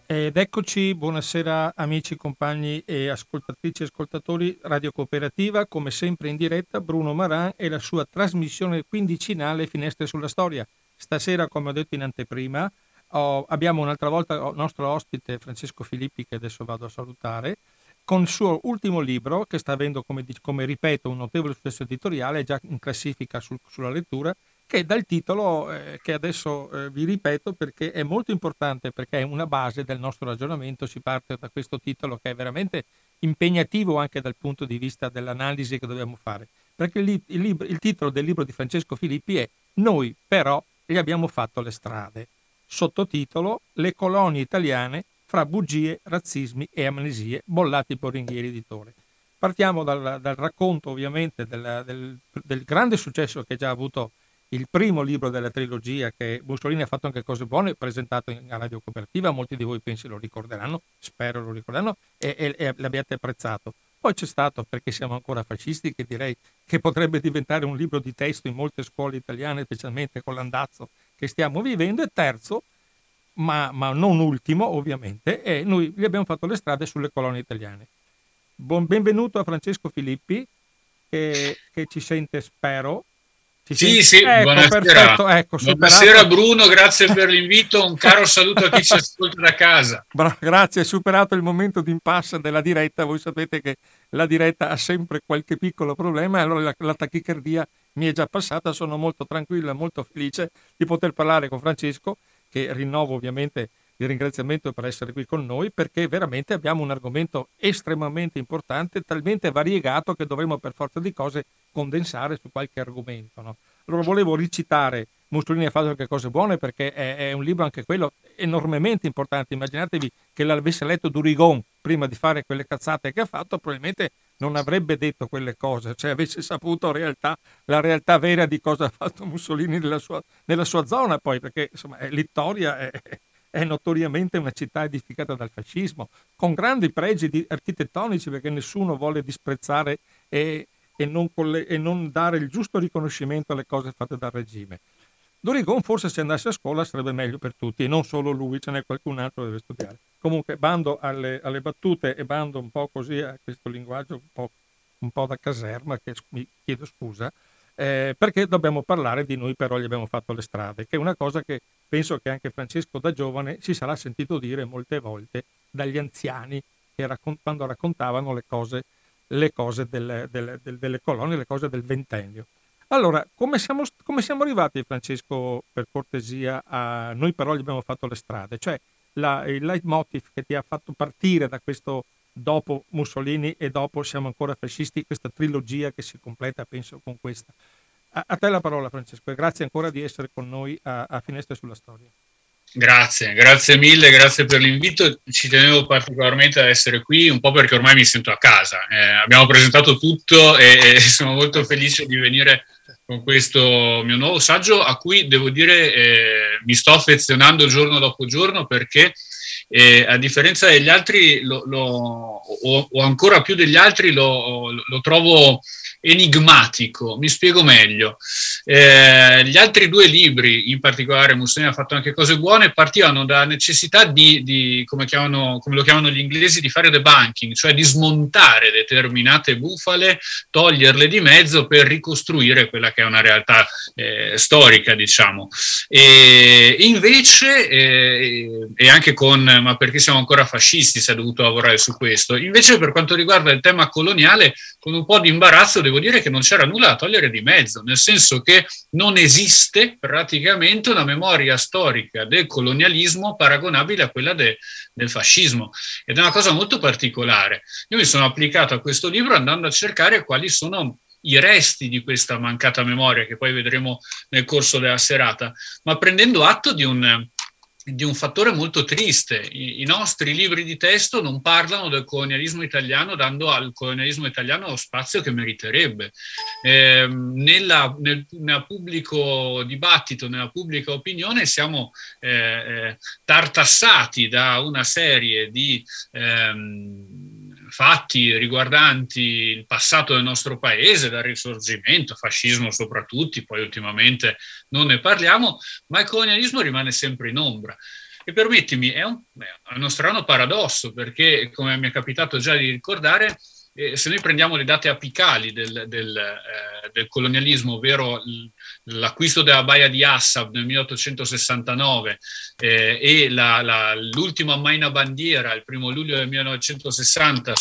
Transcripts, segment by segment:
Ed eccoci, buonasera amici, compagni e ascoltatrici e ascoltatori Radio Cooperativa, come sempre in diretta Bruno Maran e la sua trasmissione quindicinale Finestre sulla Storia. Stasera, come ho detto in anteprima, abbiamo un'altra volta il nostro ospite Francesco Filippi, che adesso vado a salutare, con il suo ultimo libro, che sta avendo, come ripeto, un notevole successo editoriale, già in classifica sulla lettura, che dal titolo che adesso vi ripeto perché è molto importante, perché è una base del nostro ragionamento. Si parte da questo titolo che è veramente impegnativo anche dal punto di vista dell'analisi che dobbiamo fare, perché il titolo del libro di Francesco Filippi è Noi però gli abbiamo fatto le strade, sottotitolo Le colonie italiane fra bugie, razzismi e amnesie, Bollati Borringhieri editore. Partiamo dal racconto ovviamente del grande successo che ha già avuto il primo libro della trilogia, che Mussolini ha fatto anche cose buone, presentato in Radio Cooperativa, molti di voi pensi lo ricorderanno, spero lo ricorderanno, e l'abbiate apprezzato. Poi c'è stato Perché siamo ancora fascisti, che direi che potrebbe diventare un libro di testo in molte scuole italiane, specialmente con l'andazzo che stiamo vivendo. E terzo, ma non ultimo ovviamente, e noi gli abbiamo fatto le strade sulle colonie italiane. Benvenuto a Francesco Filippi, che ci sente, spero. Ci Sì, senti? sì, Ecco, buonasera. perfetto, ecco, Buonasera superato. Bruno, grazie per l'invito. Un caro saluto a chi ci ascolta da casa. Grazie, superato il momento di impasse della diretta. Voi sapete che la diretta ha sempre qualche piccolo problema, e allora la tachicardia mi è già passata. Sono molto tranquillo e molto felice di poter parlare con Francesco, che rinnovo ovviamente il ringraziamento per essere qui con noi, perché veramente abbiamo un argomento estremamente importante, talmente variegato che dovremo per forza di cose condensare su qualche argomento, no? Allora volevo recitare Mussolini ha fatto anche cose buone, perché è un libro anche quello enormemente importante. Immaginatevi che l'avesse letto Durigon prima di fare quelle cazzate che ha fatto, probabilmente non avrebbe detto quelle cose, cioè avesse saputo la realtà vera di cosa ha fatto Mussolini nella sua zona, poi, perché insomma Littoria è notoriamente una città edificata dal fascismo, con grandi pregi architettonici, perché nessuno vuole disprezzare e non dare il giusto riconoscimento alle cose fatte dal regime. Dorigon forse, se andasse a scuola, sarebbe meglio per tutti, e non solo lui, ce n'è qualcun altro che deve studiare. Comunque bando alle battute e bando un po' così a questo linguaggio un po' da caserma, che mi chiedo scusa, perché dobbiamo parlare di Noi però gli abbiamo fatto le strade, che è una cosa che penso che anche Francesco da giovane si sarà sentito dire molte volte dagli anziani che quando raccontavano le cose delle colonie, le cose del ventennio. Allora, come siamo arrivati, Francesco, per cortesia, a Noi però gli abbiamo fatto le strade? Cioè, il leitmotiv che ti ha fatto partire da questo dopo Mussolini e dopo Siamo ancora fascisti, questa trilogia che si completa, penso, con questa. A te la parola, Francesco, e grazie ancora di essere con noi a Finestre sulla Storia. Grazie mille, grazie per l'invito. Ci tenevo particolarmente ad essere qui, un po' perché ormai mi sento a casa. Abbiamo presentato tutto e sono molto felice di venire con questo mio nuovo saggio, a cui devo dire mi sto affezionando giorno dopo giorno, perché a differenza degli altri o ancora più degli altri lo trovo enigmatico. Mi spiego meglio. Gli altri due libri, in particolare Mussolini ha fatto anche cose buone, partivano da necessità come lo chiamano gli inglesi, di fare debunking, cioè di smontare determinate bufale, toglierle di mezzo per ricostruire quella che è una realtà storica, diciamo. E invece, e anche ma perché siamo ancora fascisti, si è dovuto lavorare su questo. Invece, per quanto riguarda il tema coloniale, con un po' di imbarazzo devo dire che non c'era nulla da togliere di mezzo, nel senso che non esiste praticamente una memoria storica del colonialismo paragonabile a quella del fascismo, ed è una cosa molto particolare. Io mi sono applicato a questo libro andando a cercare quali sono i resti di questa mancata memoria, che poi vedremo nel corso della serata, ma prendendo atto di un fattore molto triste. I nostri libri di testo non parlano del colonialismo italiano, dando al colonialismo italiano lo spazio che meriterebbe. Nel pubblico dibattito, nella pubblica opinione, siamo tartassati da una serie di fatti riguardanti il passato del nostro paese, dal Risorgimento, fascismo soprattutto, poi ultimamente non ne parliamo, ma il colonialismo rimane sempre in ombra. E permettimi, è uno strano paradosso, perché come mi è capitato già di ricordare, se noi prendiamo le date apicali del colonialismo, ovvero l'acquisto della Baia di Assab nel 1869 e l'ultima Maina Bandiera il 1° luglio del 1960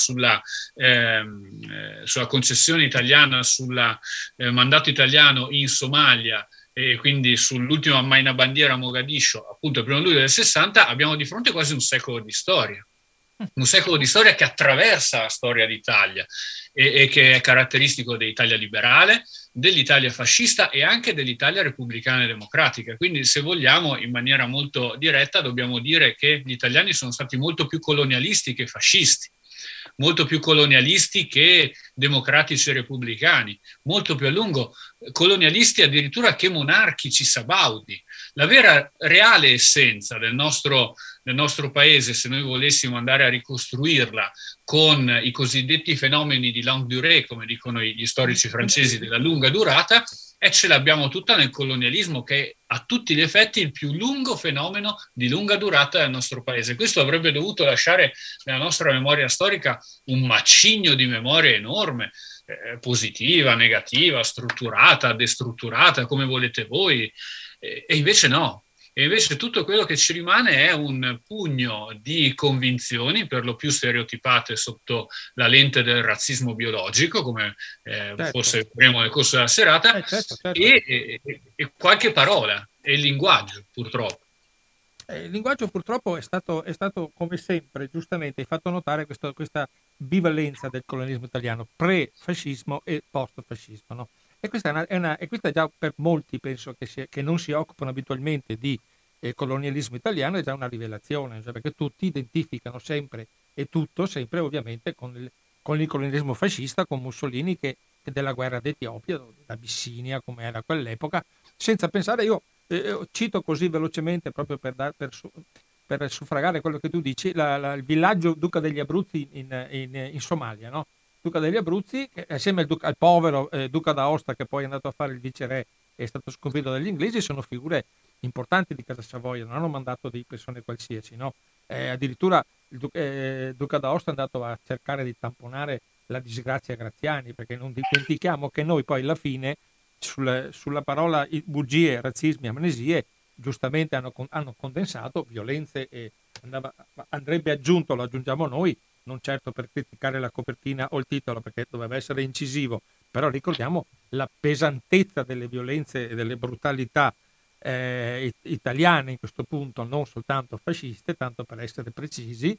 sulla concessione italiana, sul mandato italiano in Somalia, e quindi sull'ultima Maina Bandiera a Mogadiscio, appunto il 1° luglio del 60, abbiamo di fronte quasi un secolo di storia. Un secolo di storia che attraversa la storia d'Italia e che è caratteristico dell'Italia liberale, dell'Italia fascista e anche dell'Italia repubblicana e democratica. Quindi, se vogliamo, in maniera molto diretta, dobbiamo dire che gli italiani sono stati molto più colonialisti che fascisti, molto più colonialisti che democratici e repubblicani, molto più a lungo colonialisti addirittura che monarchici sabaudi. La vera reale essenza del nostro paese, se noi volessimo andare a ricostruirla con i cosiddetti fenomeni di longue durée, come dicono gli storici francesi, della lunga durata, e ce l'abbiamo tutta nel colonialismo, che è a tutti gli effetti il più lungo fenomeno di lunga durata del nostro paese. Questo avrebbe dovuto lasciare nella nostra memoria storica un macigno di memoria enorme, positiva, negativa, strutturata, destrutturata, come volete voi, e invece no. E invece tutto quello che ci rimane è un pugno di convinzioni, per lo più stereotipate sotto la lente del razzismo biologico, come certo. forse vedremo nel corso della serata, certo. E qualche parola, e il linguaggio, purtroppo. Il linguaggio purtroppo è stato come sempre, giustamente, hai fatto notare questa bivalenza del colonialismo italiano, pre-fascismo e post-fascismo, no? E questa è già per molti, penso, che non si occupano abitualmente di colonialismo italiano, è già una rivelazione, cioè perché tutti identificano sempre e tutto sempre ovviamente con il colonialismo fascista, con Mussolini che della guerra d'Etiopia, d'Abissinia, come era a quell'epoca, senza pensare. Io cito così velocemente proprio per suffragare quello che tu dici, il villaggio Duca degli Abruzzi in Somalia, no? Duca degli Abruzzi, che assieme al povero Duca d'Aosta, che poi è andato a fare il viceré e è stato sconfitto dagli inglesi, sono figure importanti di Casa Savoia, non hanno mandato di persone qualsiasi, no? Addirittura il Duca d'Aosta è andato a cercare di tamponare la disgrazia Graziani, perché non dimentichiamo che noi poi alla fine sulla parola bugie, razzismi, amnesie, giustamente hanno condensato violenze e andrebbe aggiunto, lo aggiungiamo noi, non certo per criticare la copertina o il titolo, perché doveva essere incisivo, però ricordiamo la pesantezza delle violenze e delle brutalità italiane in questo punto, non soltanto fasciste, tanto per essere precisi,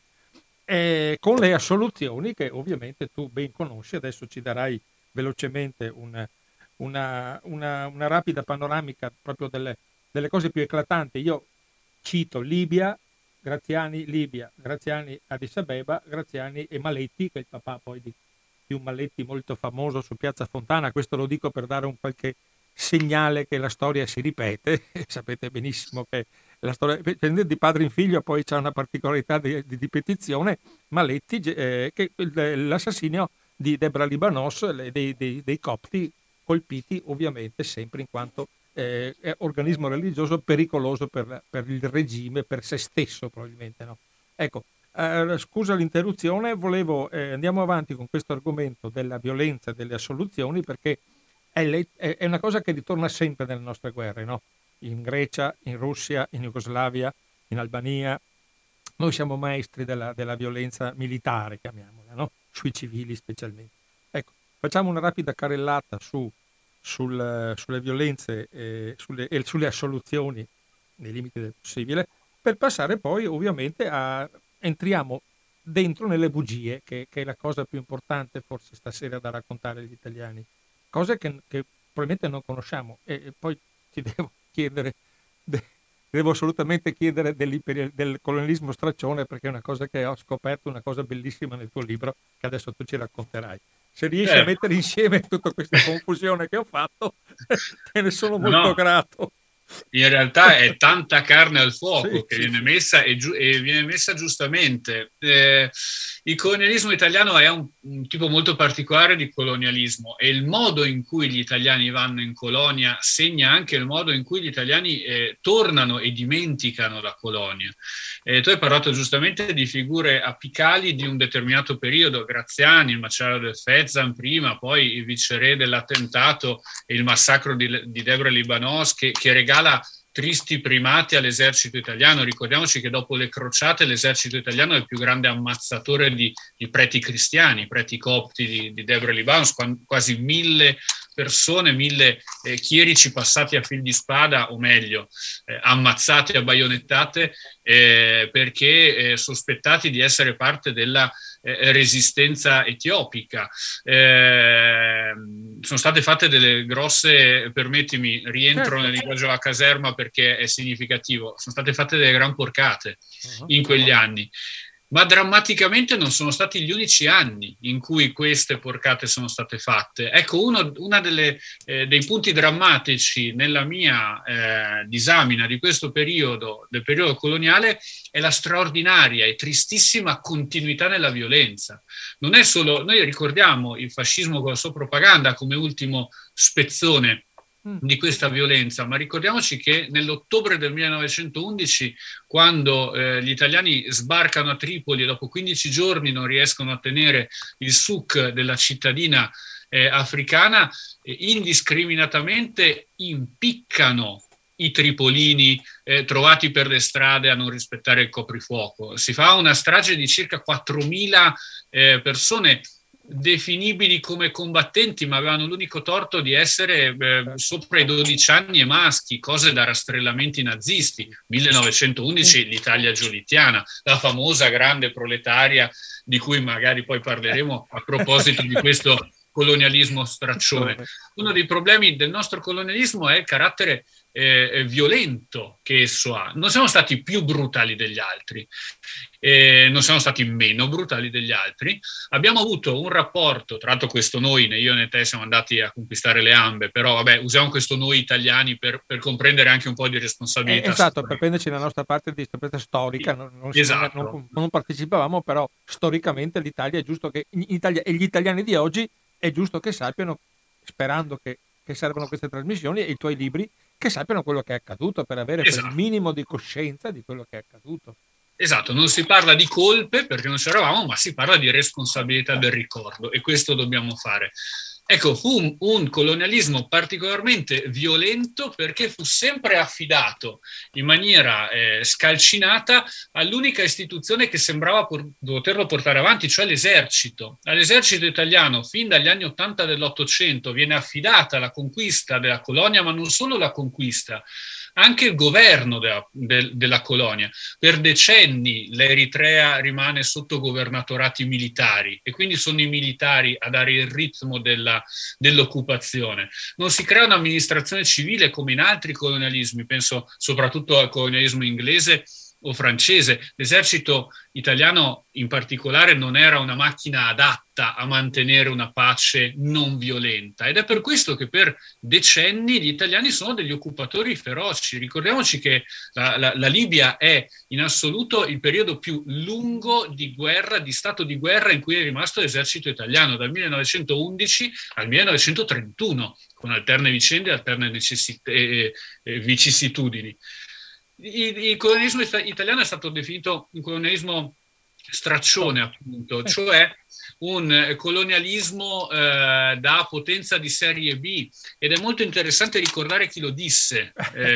con le assoluzioni che ovviamente tu ben conosci. Adesso ci darai velocemente una rapida panoramica proprio delle cose più eclatanti. Io cito Libia, Graziani Addis Abeba, Graziani e Maletti, che è il papà poi di un Maletti molto famoso su Piazza Fontana. Questo lo dico per dare un qualche segnale che la storia si ripete. Sapete benissimo che la storia di padre in figlio poi c'è una particolarità di ripetizione. Maletti, che l'assassinio di Debra Libanos, dei copti, colpiti ovviamente sempre in quanto è organismo religioso pericoloso per il regime, per se stesso probabilmente, no? Ecco, scusa l'interruzione, andiamo avanti con questo argomento della violenza e delle assoluzioni, perché è una cosa che ritorna sempre nelle nostre guerre, no? In Grecia, in Russia, in Jugoslavia, in Albania. Noi siamo maestri della violenza militare, chiamiamola, no? Sui civili specialmente. Ecco, facciamo una rapida carrellata sulle violenze e sulle assoluzioni nei limiti del possibile, per passare poi ovviamente entriamo dentro nelle bugie, che è la cosa più importante forse stasera da raccontare agli italiani, cose che probabilmente non conosciamo. E poi ti devo assolutamente chiedere del colonialismo straccione, perché è una cosa che ho scoperto, una cosa bellissima nel tuo libro che adesso tu ci racconterai. Se riesci a mettere insieme tutta questa confusione che ho fatto, te ne sono molto grato. in realtà è tanta carne al fuoco Sì, che sì, viene sì. messa e viene messa giustamente. Il colonialismo italiano è un tipo molto particolare di colonialismo e il modo in cui gli italiani vanno in colonia segna anche il modo in cui gli italiani tornano e dimenticano la colonia. Tu hai parlato giustamente di figure apicali di un determinato periodo, Graziani, il macellaio del Fezzan prima, poi il viceré dell'attentato e il massacro di Debre Libanos che regala tristi primati all'esercito italiano. Ricordiamoci che dopo le crociate l'esercito italiano è il più grande ammazzatore di preti cristiani, preti copti di Debre Libanos, quasi 1000 persone, 1000 chierici passati a fil di spada, o meglio, ammazzati a baionettate perché sospettati di essere parte della resistenza etiopica. Sono state fatte delle grosse, permettimi, rientro Certo. nel linguaggio a caserma perché è significativo, sono state fatte delle gran porcate Uh-huh. in quegli anni. Ma drammaticamente non sono stati gli unici anni in cui queste porcate sono state fatte. Ecco, uno dei punti drammatici nella mia disamina di questo periodo, del periodo coloniale, è la straordinaria e tristissima continuità nella violenza. Non è solo, noi ricordiamo il fascismo con la sua propaganda come ultimo spezzone di questa violenza, ma ricordiamoci che nell'ottobre del 1911, quando gli italiani sbarcano a Tripoli e dopo 15 giorni non riescono a tenere il souk della cittadina africana, indiscriminatamente impiccano i tripolini trovati per le strade a non rispettare il coprifuoco. Si fa una strage di circa 4.000 persone definibili come combattenti, ma avevano l'unico torto di essere sopra i 12 anni e maschi, cose da rastrellamenti nazisti. 1911 l'Italia giolittiana, la famosa grande proletaria di cui magari poi parleremo a proposito di questo colonialismo straccione. Uno dei problemi del nostro colonialismo è il carattere violento che esso ha. Non siamo stati più brutali degli altri, non siamo stati meno brutali degli altri. Abbiamo avuto un rapporto, tra l'altro questo noi, né io né te siamo andati a conquistare le ambe, però vabbè, usiamo questo noi italiani per comprendere anche un po' di responsabilità Esatto, per storica. prenderci la nostra parte di storica, Esatto. non partecipavamo, però storicamente l'Italia è giusto che in Italia, e gli italiani di oggi è giusto che sappiano, sperando che servano queste trasmissioni e i tuoi libri, che sappiano quello che è accaduto per avere quel Esatto. minimo di coscienza di quello che è accaduto. Esatto, non si parla di colpe perché non c'eravamo, ma si parla di responsabilità del ricordo e questo dobbiamo fare. Ecco, fu un colonialismo particolarmente violento perché fu sempre affidato in maniera scalcinata all'unica istituzione che sembrava poterlo portare avanti, cioè l'esercito. All'esercito italiano, fin dagli anni '80 dell'Ottocento, viene affidata la conquista della colonia, ma non solo la conquista, anche il governo della colonia. Per decenni l'Eritrea rimane sotto governatorati militari e quindi sono i militari a dare il ritmo dell'occupazione. Non si crea un'amministrazione civile come in altri colonialismi, penso soprattutto al colonialismo inglese o francese. L'esercito italiano in particolare non era una macchina adatta a mantenere una pace non violenta ed è per questo che per decenni gli italiani sono degli occupatori feroci. Ricordiamoci che la Libia è in assoluto il periodo più lungo di guerra, di stato di guerra in cui è rimasto l'esercito italiano, dal 1911 al 1931, con alterne vicende e alterne vicissitudini. Il colonialismo italiano è stato definito un colonialismo straccione, appunto, cioè un colonialismo da potenza di serie B, ed è molto interessante ricordare chi lo disse,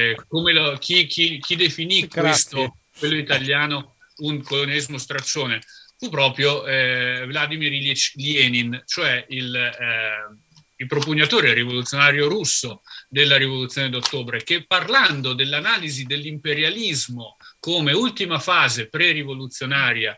chi definì questo, quello italiano, un colonialismo straccione. Fu proprio Vladimir Ilyich Lenin, cioè il propugnatore rivoluzionario russo della rivoluzione d'ottobre, che parlando dell'analisi dell'imperialismo come ultima fase pre-rivoluzionaria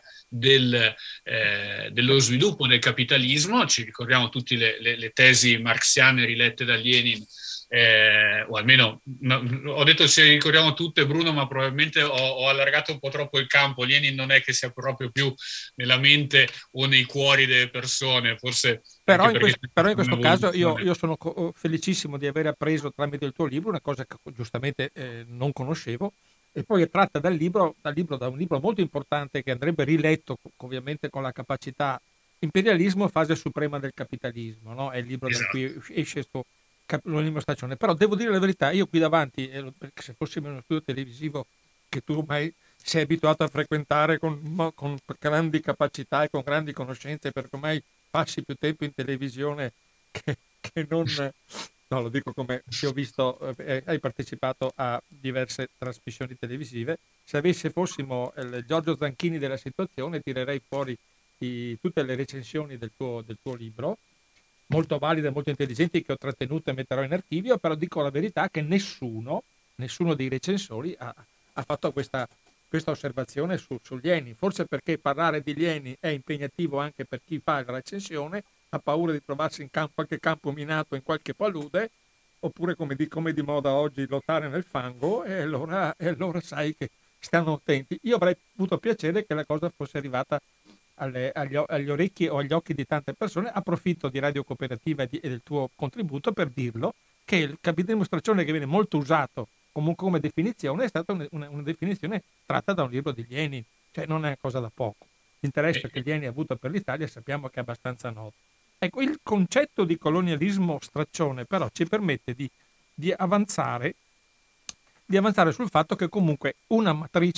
dello sviluppo del capitalismo, ci ricordiamo tutte le tesi marxiane rilette da Lenin o almeno ho detto se ricordiamo tutto è Bruno, ma probabilmente ho allargato un po' troppo il campo. Lenin non è che sia proprio più nella mente o nei cuori delle persone, forse Però anche in, perché però in questo caso un'evoluzione. io sono felicissimo di aver appreso tramite il tuo libro una cosa che giustamente non conoscevo, e poi è tratta da un libro molto importante che andrebbe riletto ovviamente con la capacità Imperialismo, fase suprema del capitalismo, no? È il libro da Esatto. cui esce questo l'ultima stagione. Però devo dire la verità, io qui davanti, perché se fossimo in uno studio televisivo che tu ormai sei abituato a frequentare con grandi capacità e con grandi conoscenze, perché ormai passi più tempo in televisione che non... No, lo dico come ti ho visto, hai partecipato a diverse trasmissioni televisive. Se fossimo il Giorgio Zanchini della situazione, tirerei fuori tutte le recensioni del tuo libro, molto valide, molto intelligenti, che ho trattenuto e metterò in archivio, però dico la verità che nessuno dei recensori ha fatto questa osservazione sugli Eni, forse perché parlare di Eni è impegnativo anche per chi fa la recensione, ha paura di trovarsi in qualche campo minato, in qualche palude, oppure come di moda oggi lottare nel fango, e allora sai che stanno attenti. Io avrei avuto piacere che la cosa fosse arrivata agli orecchi o agli occhi di tante persone. Approfitto di Radio Cooperativa e del tuo contributo per dirlo, che il capitalismo dimostrazione, che viene molto usato come definizione, è stata una definizione tratta da un libro di Lenin, cioè non è una cosa da poco. L'interesse che Lenin ha avuto per l'Italia sappiamo che è abbastanza noto. Ecco, il concetto di colonialismo straccione però ci permette di avanzare sul fatto che comunque una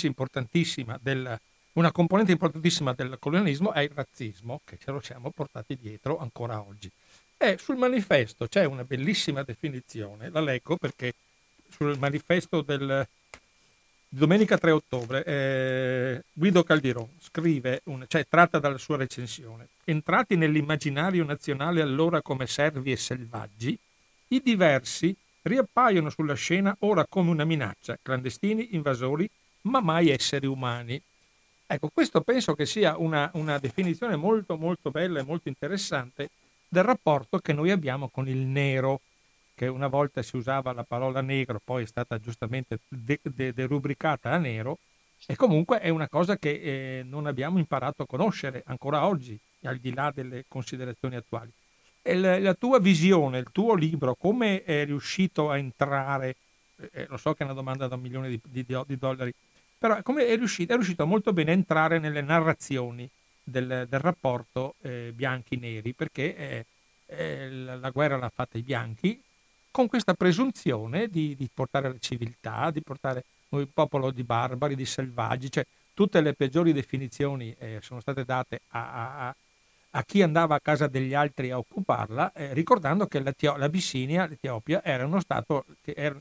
componente importantissima del colonialismo è il razzismo, che ce lo siamo portati dietro ancora oggi. E sul manifesto c'è una bellissima definizione, la leggo perché sul manifesto di domenica 3 ottobre, Guido Caldiron scrive, tratta dalla sua recensione: entrati nell'immaginario nazionale allora come servi e selvaggi, i diversi riappaiono sulla scena ora come una minaccia, clandestini, invasori, ma mai esseri umani. Ecco, questo penso che sia una definizione molto molto bella e molto interessante del rapporto che noi abbiamo con il nero, che una volta si usava la parola negro, poi è stata giustamente derubricata a nero, e comunque è una cosa che non abbiamo imparato a conoscere ancora oggi, al di là delle considerazioni attuali. E la tua visione, il tuo libro, come è riuscito a entrare, lo so che è una domanda da $1 milione di dollari, però come è riuscito molto bene a entrare nelle narrazioni del rapporto bianchi-neri, perché la guerra l'ha fatta i bianchi, con questa presunzione di portare la civiltà, di portare un popolo di barbari, di selvaggi, cioè tutte le peggiori definizioni sono state date a chi andava a casa degli altri a occuparla, ricordando che l'Abissinia, l'Etiopia, era uno stato che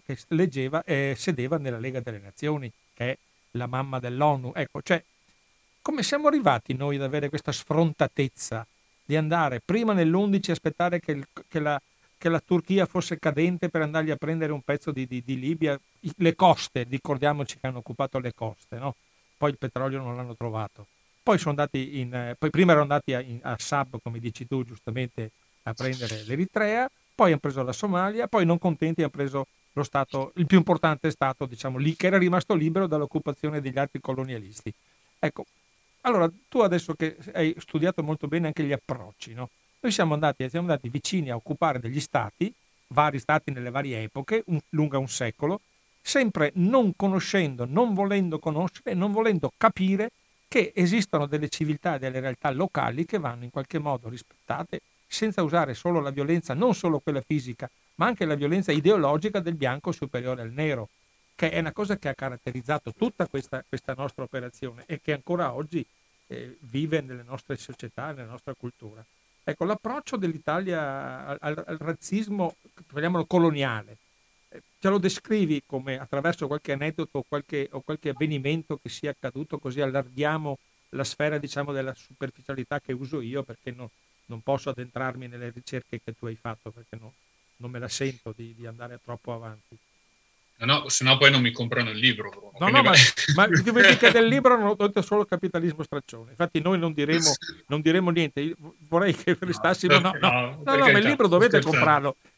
sedeva nella Lega delle Nazioni, che è la mamma dell'ONU. Ecco, cioè, come siamo arrivati noi ad avere questa sfrontatezza di andare prima nell'11 aspettare che la Turchia fosse cadente per andargli a prendere un pezzo di Libia, le coste, ricordiamoci che hanno occupato le coste, no? Poi il petrolio non l'hanno trovato. Poi sono andati poi prima erano andati a Sab, come dici tu giustamente, a prendere l'Eritrea, poi hanno preso la Somalia, poi non contenti hanno preso lo stato, il più importante stato, diciamo, lì, che era rimasto libero dall'occupazione degli altri colonialisti. Ecco, allora tu adesso che hai studiato molto bene anche gli approcci, no? Noi siamo andati vicini a occupare degli stati, vari stati nelle varie epoche, lunga un secolo, sempre non conoscendo, non volendo conoscere, non volendo capire che esistono delle civiltà e delle realtà locali che vanno in qualche modo rispettate, senza usare solo la violenza, non solo quella fisica, ma anche la violenza ideologica del bianco superiore al nero, che è una cosa che ha caratterizzato tutta questa nostra operazione e che ancora oggi vive nelle nostre società, nella nostra cultura. Ecco, l'approccio dell'Italia al razzismo, chiamiamolo coloniale, ce lo descrivi come attraverso qualche aneddoto o qualche avvenimento che sia accaduto, così allarghiamo la sfera, diciamo, della superficialità che uso io, perché non posso addentrarmi nelle ricerche che tu hai fatto, perché non me la sento di andare troppo avanti. No, se no poi non mi comprano il libro, Bruno. No, ma ti vuoi dire che del libro non ho detto solo capitalismo straccione. Infatti noi non diremo niente. Io vorrei che restassimo. No, ma il libro dovete comprarlo.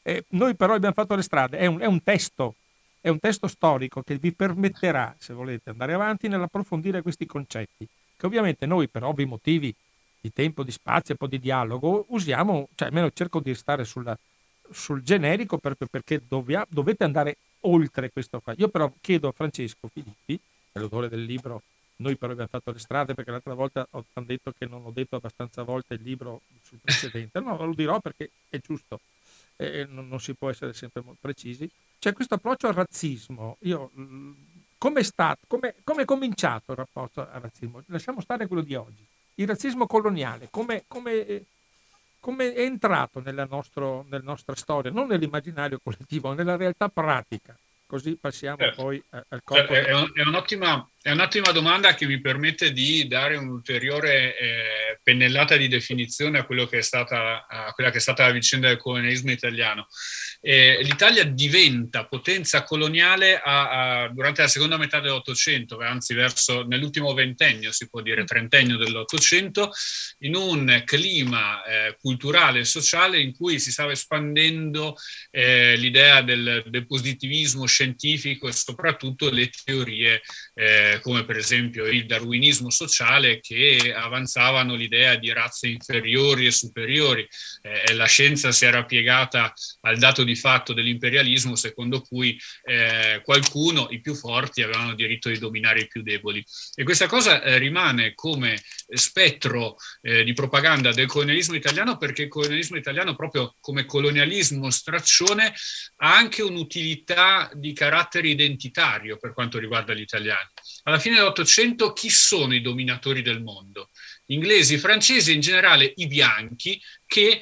Noi però abbiamo fatto le strade, è un testo. È un testo storico che vi permetterà, se volete, andare avanti nell'approfondire questi concetti, che ovviamente noi per ovvi motivi di tempo, di spazio e un po' di dialogo usiamo, cioè almeno cerco di stare sul generico perché dovete andare oltre questo qua. Io però chiedo a Francesco Filippi, che è l'autore del libro Noi però abbiamo fatto le strade, perché l'altra volta ho detto che non ho detto abbastanza volte il libro sul precedente, no, lo dirò perché è giusto, non si può essere sempre molto precisi. C'è questo approccio al razzismo. Come è cominciato il rapporto al razzismo? Lasciamo stare quello di oggi. Il razzismo coloniale, come è entrato nella nostra storia, non nell'immaginario collettivo, nella realtà pratica. Così passiamo poi al corpo. È un'ottima domanda che mi permette di dare un'ulteriore pennellata di definizione a quella che è stata la vicenda del colonialismo italiano. L'Italia diventa potenza coloniale durante la seconda metà dell'Ottocento, anzi nell'ultimo ventennio, si può dire trentennio dell'Ottocento, in un clima culturale e sociale in cui si stava espandendo l'idea del positivismo scientifico e soprattutto le teorie come per esempio il darwinismo sociale, che avanzavano l'idea di razze inferiori e superiori. La scienza si era piegata al dato di fatto dell'imperialismo, secondo cui qualcuno, i più forti, avevano diritto di dominare i più deboli. E questa cosa rimane come spettro di propaganda del colonialismo italiano, perché il colonialismo italiano, proprio come colonialismo straccione, ha anche un'utilità di carattere identitario per quanto riguarda gli italiani. Alla fine dell'Ottocento chi sono i dominatori del mondo? Inglesi, francesi e in generale i bianchi che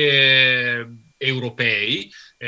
europei,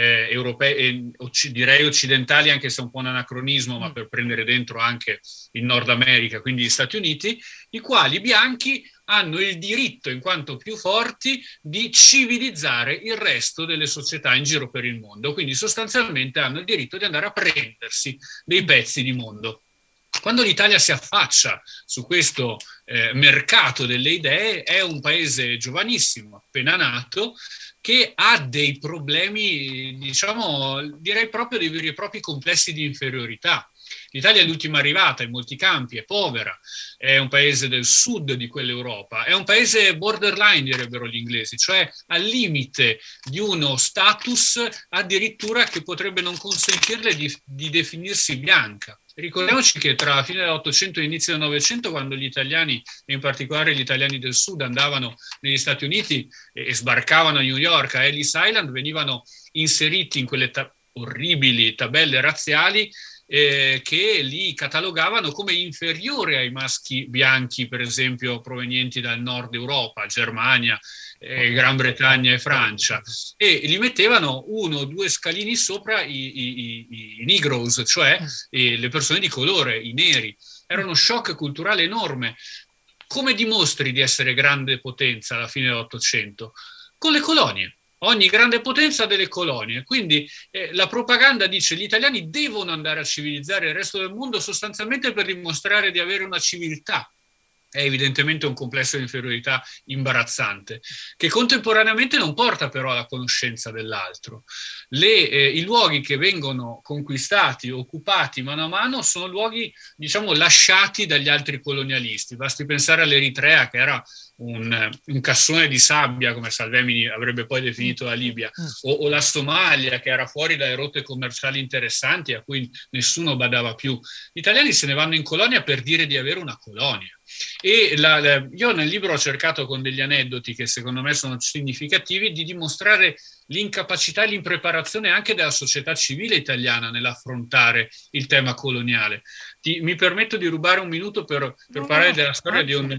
direi occidentali, anche se è un po' un anacronismo, ma per prendere dentro anche il Nord America, quindi gli Stati Uniti, i quali bianchi hanno il diritto, in quanto più forti, di civilizzare il resto delle società in giro per il mondo. Quindi sostanzialmente hanno il diritto di andare a prendersi dei pezzi di mondo. Quando l'Italia si affaccia su questo mercato delle idee, è un paese giovanissimo, appena nato, che ha dei problemi, direi proprio dei veri e propri complessi di inferiorità. L'Italia è l'ultima arrivata in molti campi, è povera, è un paese del sud di quell'Europa, è un paese borderline, direbbero gli inglesi, cioè al limite di uno status addirittura che potrebbe non consentirle di definirsi bianca. Ricordiamoci che tra la fine dell'Ottocento e l'inizio del Novecento, quando gli italiani, e in particolare gli italiani del sud, andavano negli Stati Uniti e sbarcavano a New York, a Ellis Island, venivano inseriti in quelle orribili tabelle razziali che li catalogavano come inferiore ai maschi bianchi, per esempio provenienti dal nord Europa, Germania, Gran Bretagna e Francia, e li mettevano 1 o 2 scalini sopra i Negroes, cioè le persone di colore, i neri. Era uno shock culturale enorme. Come dimostri di essere grande potenza alla fine dell'Ottocento? Con le colonie. Ogni grande potenza ha delle colonie, quindi la propaganda dice che gli italiani devono andare a civilizzare il resto del mondo sostanzialmente per dimostrare di avere una civiltà. È evidentemente un complesso di inferiorità imbarazzante, che contemporaneamente non porta però alla conoscenza dell'altro. I luoghi che vengono conquistati, occupati mano a mano, sono luoghi, lasciati dagli altri colonialisti. Basti pensare all'Eritrea, che era un cassone di sabbia, come Salvemini avrebbe poi definito la Libia, o la Somalia, che era fuori dalle rotte commerciali interessanti a cui nessuno badava più. Gli italiani se ne vanno in colonia per dire di avere una colonia. E io nel libro ho cercato, con degli aneddoti che secondo me sono significativi, di dimostrare l'incapacità e l'impreparazione anche della società civile italiana nell'affrontare il tema coloniale. Mi permetto di rubare un minuto per parlare della storia di un...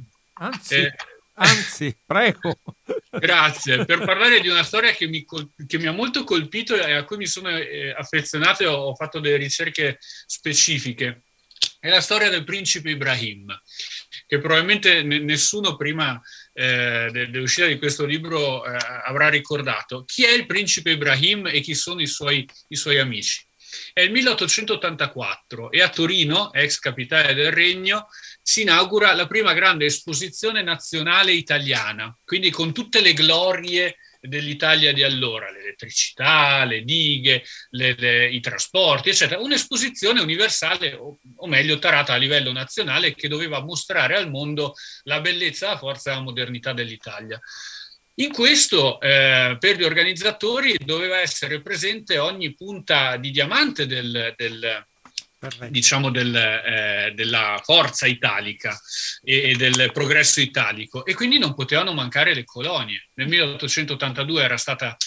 Anzi, prego. Grazie, per parlare di una storia che mi ha molto colpito e a cui mi sono affezionato e ho fatto delle ricerche specifiche. È la storia del principe Ibrahim, che probabilmente nessuno prima dell'uscita di questo libro avrà ricordato. Chi è il principe Ibrahim e chi sono i suoi amici? È il 1884 e a Torino, ex capitale del regno, si inaugura la prima grande esposizione nazionale italiana, quindi con tutte le glorie dell'Italia di allora, l'elettricità, le dighe, i trasporti, eccetera. Un'esposizione universale, o meglio tarata a livello nazionale, che doveva mostrare al mondo la bellezza, la forza e la modernità dell'Italia. In questo, per gli organizzatori, doveva essere presente ogni punta di diamante diciamo della forza italica e del progresso italico, e quindi non potevano mancare le colonie. Nel 1882 era stata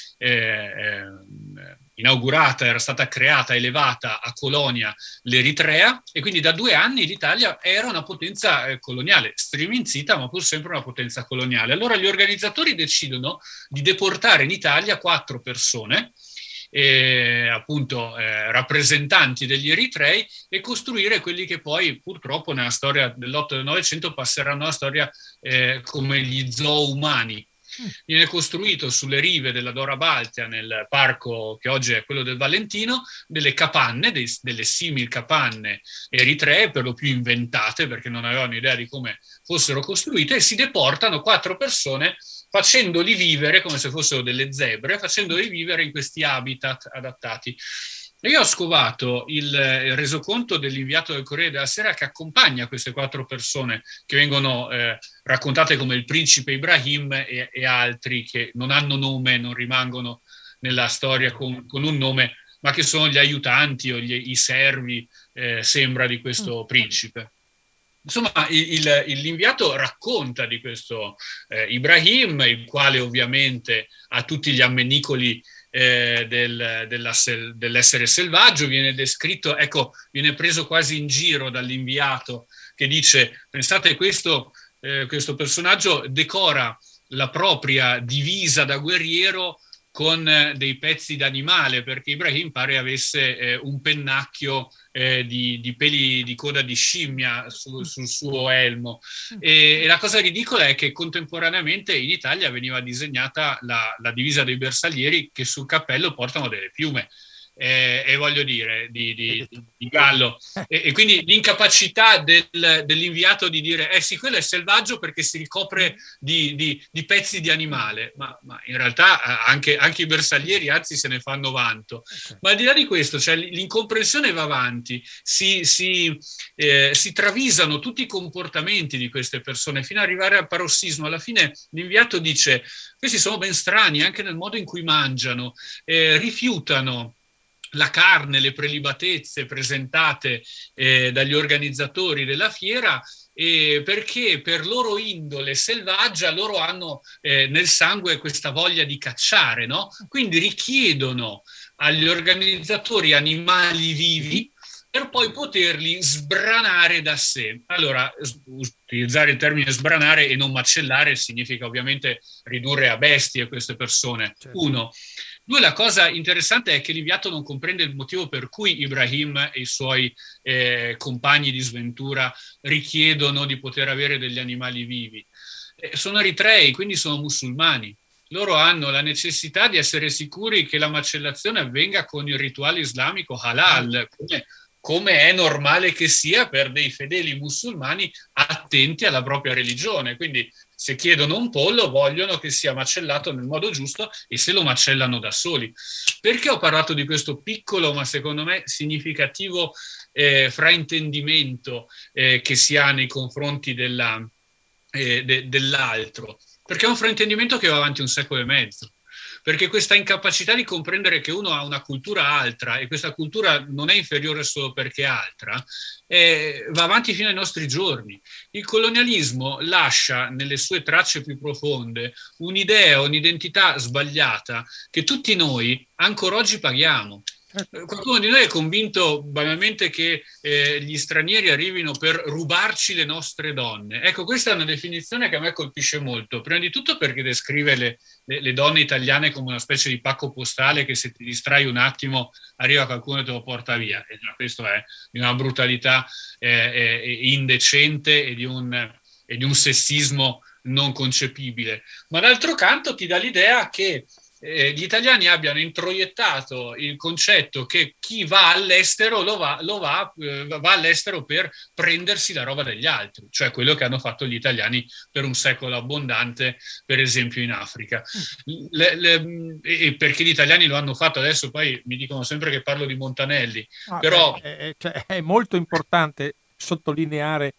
inaugurata, era stata creata, elevata a colonia l'Eritrea, e quindi da 2 anni l'Italia era una potenza coloniale, striminzita ma pur sempre una potenza coloniale. Allora gli organizzatori decidono di deportare in Italia 4 persone, appunto rappresentanti degli eritrei, e costruire quelli che poi purtroppo nella storia dell'8 e del Novecento passeranno alla storia come gli zoo umani. Viene costruito sulle rive della Dora Baltea, nel parco che oggi è quello del Valentino, delle capanne, delle simil capanne eritree, per lo più inventate perché non avevano idea di come fossero costruite, e si deportano 4 persone facendoli vivere come se fossero delle zebre, facendoli vivere in questi habitat adattati. E io ho scovato il resoconto dell'inviato del Corriere della Sera che accompagna queste 4 persone, che vengono raccontate come il principe Ibrahim e altri che non hanno nome, non rimangono nella storia con un nome, ma che sono gli aiutanti o i servi, sembra, di questo principe. Insomma, l'inviato racconta di questo Ibrahim, il quale ovviamente ha tutti gli ammennicoli dell'essere selvaggio. Viene descritto, ecco, viene preso quasi in giro dall'inviato, che dice: pensate, questo personaggio decora la propria divisa da guerriero con dei pezzi d'animale, perché Ibrahim pare avesse un pennacchio di peli di coda di scimmia sul suo elmo. E la cosa ridicola è che contemporaneamente in Italia veniva disegnata la divisa dei bersaglieri, che sul cappello portano delle piume. E voglio dire, di gallo. E quindi l'incapacità dell'inviato di dire sì, quello è selvaggio perché si ricopre di pezzi di animale, ma in realtà anche i bersaglieri anzi se ne fanno vanto. Ma al di là di questo, cioè, l'incomprensione va avanti, si travisano tutti i comportamenti di queste persone fino ad arrivare al parossismo. Alla fine l'inviato dice: questi sono ben strani anche nel modo in cui mangiano, rifiutano la carne, le prelibatezze presentate dagli organizzatori della fiera, perché per loro indole selvaggia loro hanno nel sangue questa voglia di cacciare, no? Quindi richiedono agli organizzatori animali vivi per poi poterli sbranare da sé. Allora, utilizzare il termine sbranare e non macellare significa ovviamente ridurre a bestie queste persone. Certo. 1. 2, la cosa interessante è che l'inviato non comprende il motivo per cui Ibrahim e i suoi compagni di sventura richiedono di poter avere degli animali vivi. Sono eritrei, quindi sono musulmani. Loro hanno la necessità di essere sicuri che la macellazione avvenga con il rituale islamico halal, come è normale che sia per dei fedeli musulmani attenti alla propria religione. Quindi se chiedono un pollo vogliono che sia macellato nel modo giusto, e se lo macellano da soli. Perché ho parlato di questo piccolo ma secondo me significativo fraintendimento che si ha nei confronti dell'altro? Perché è un fraintendimento che va avanti 1 secolo e mezzo. Perché questa incapacità di comprendere che uno ha una cultura altra, e questa cultura non è inferiore solo perché è altra, va avanti fino ai nostri giorni. Il colonialismo lascia nelle sue tracce più profonde un'idea, un'identità sbagliata che tutti noi ancora oggi paghiamo. Qualcuno di noi è convinto banalmente che gli stranieri arrivino per rubarci le nostre donne. Ecco, questa è una definizione che a me colpisce molto, prima di tutto perché descrive le donne italiane come una specie di pacco postale che se ti distrai un attimo arriva qualcuno e te lo porta via. E questo è di una brutalità indecente e di un sessismo non concepibile. Ma d'altro canto ti dà l'idea che gli italiani abbiano introiettato il concetto che chi va all'estero va all'estero per prendersi la roba degli altri, cioè quello che hanno fatto gli italiani per un secolo abbondante, per esempio in Africa. E perché gli italiani lo hanno fatto, adesso poi mi dicono sempre che parlo di Montanelli, però... Cioè, è molto importante sottolineare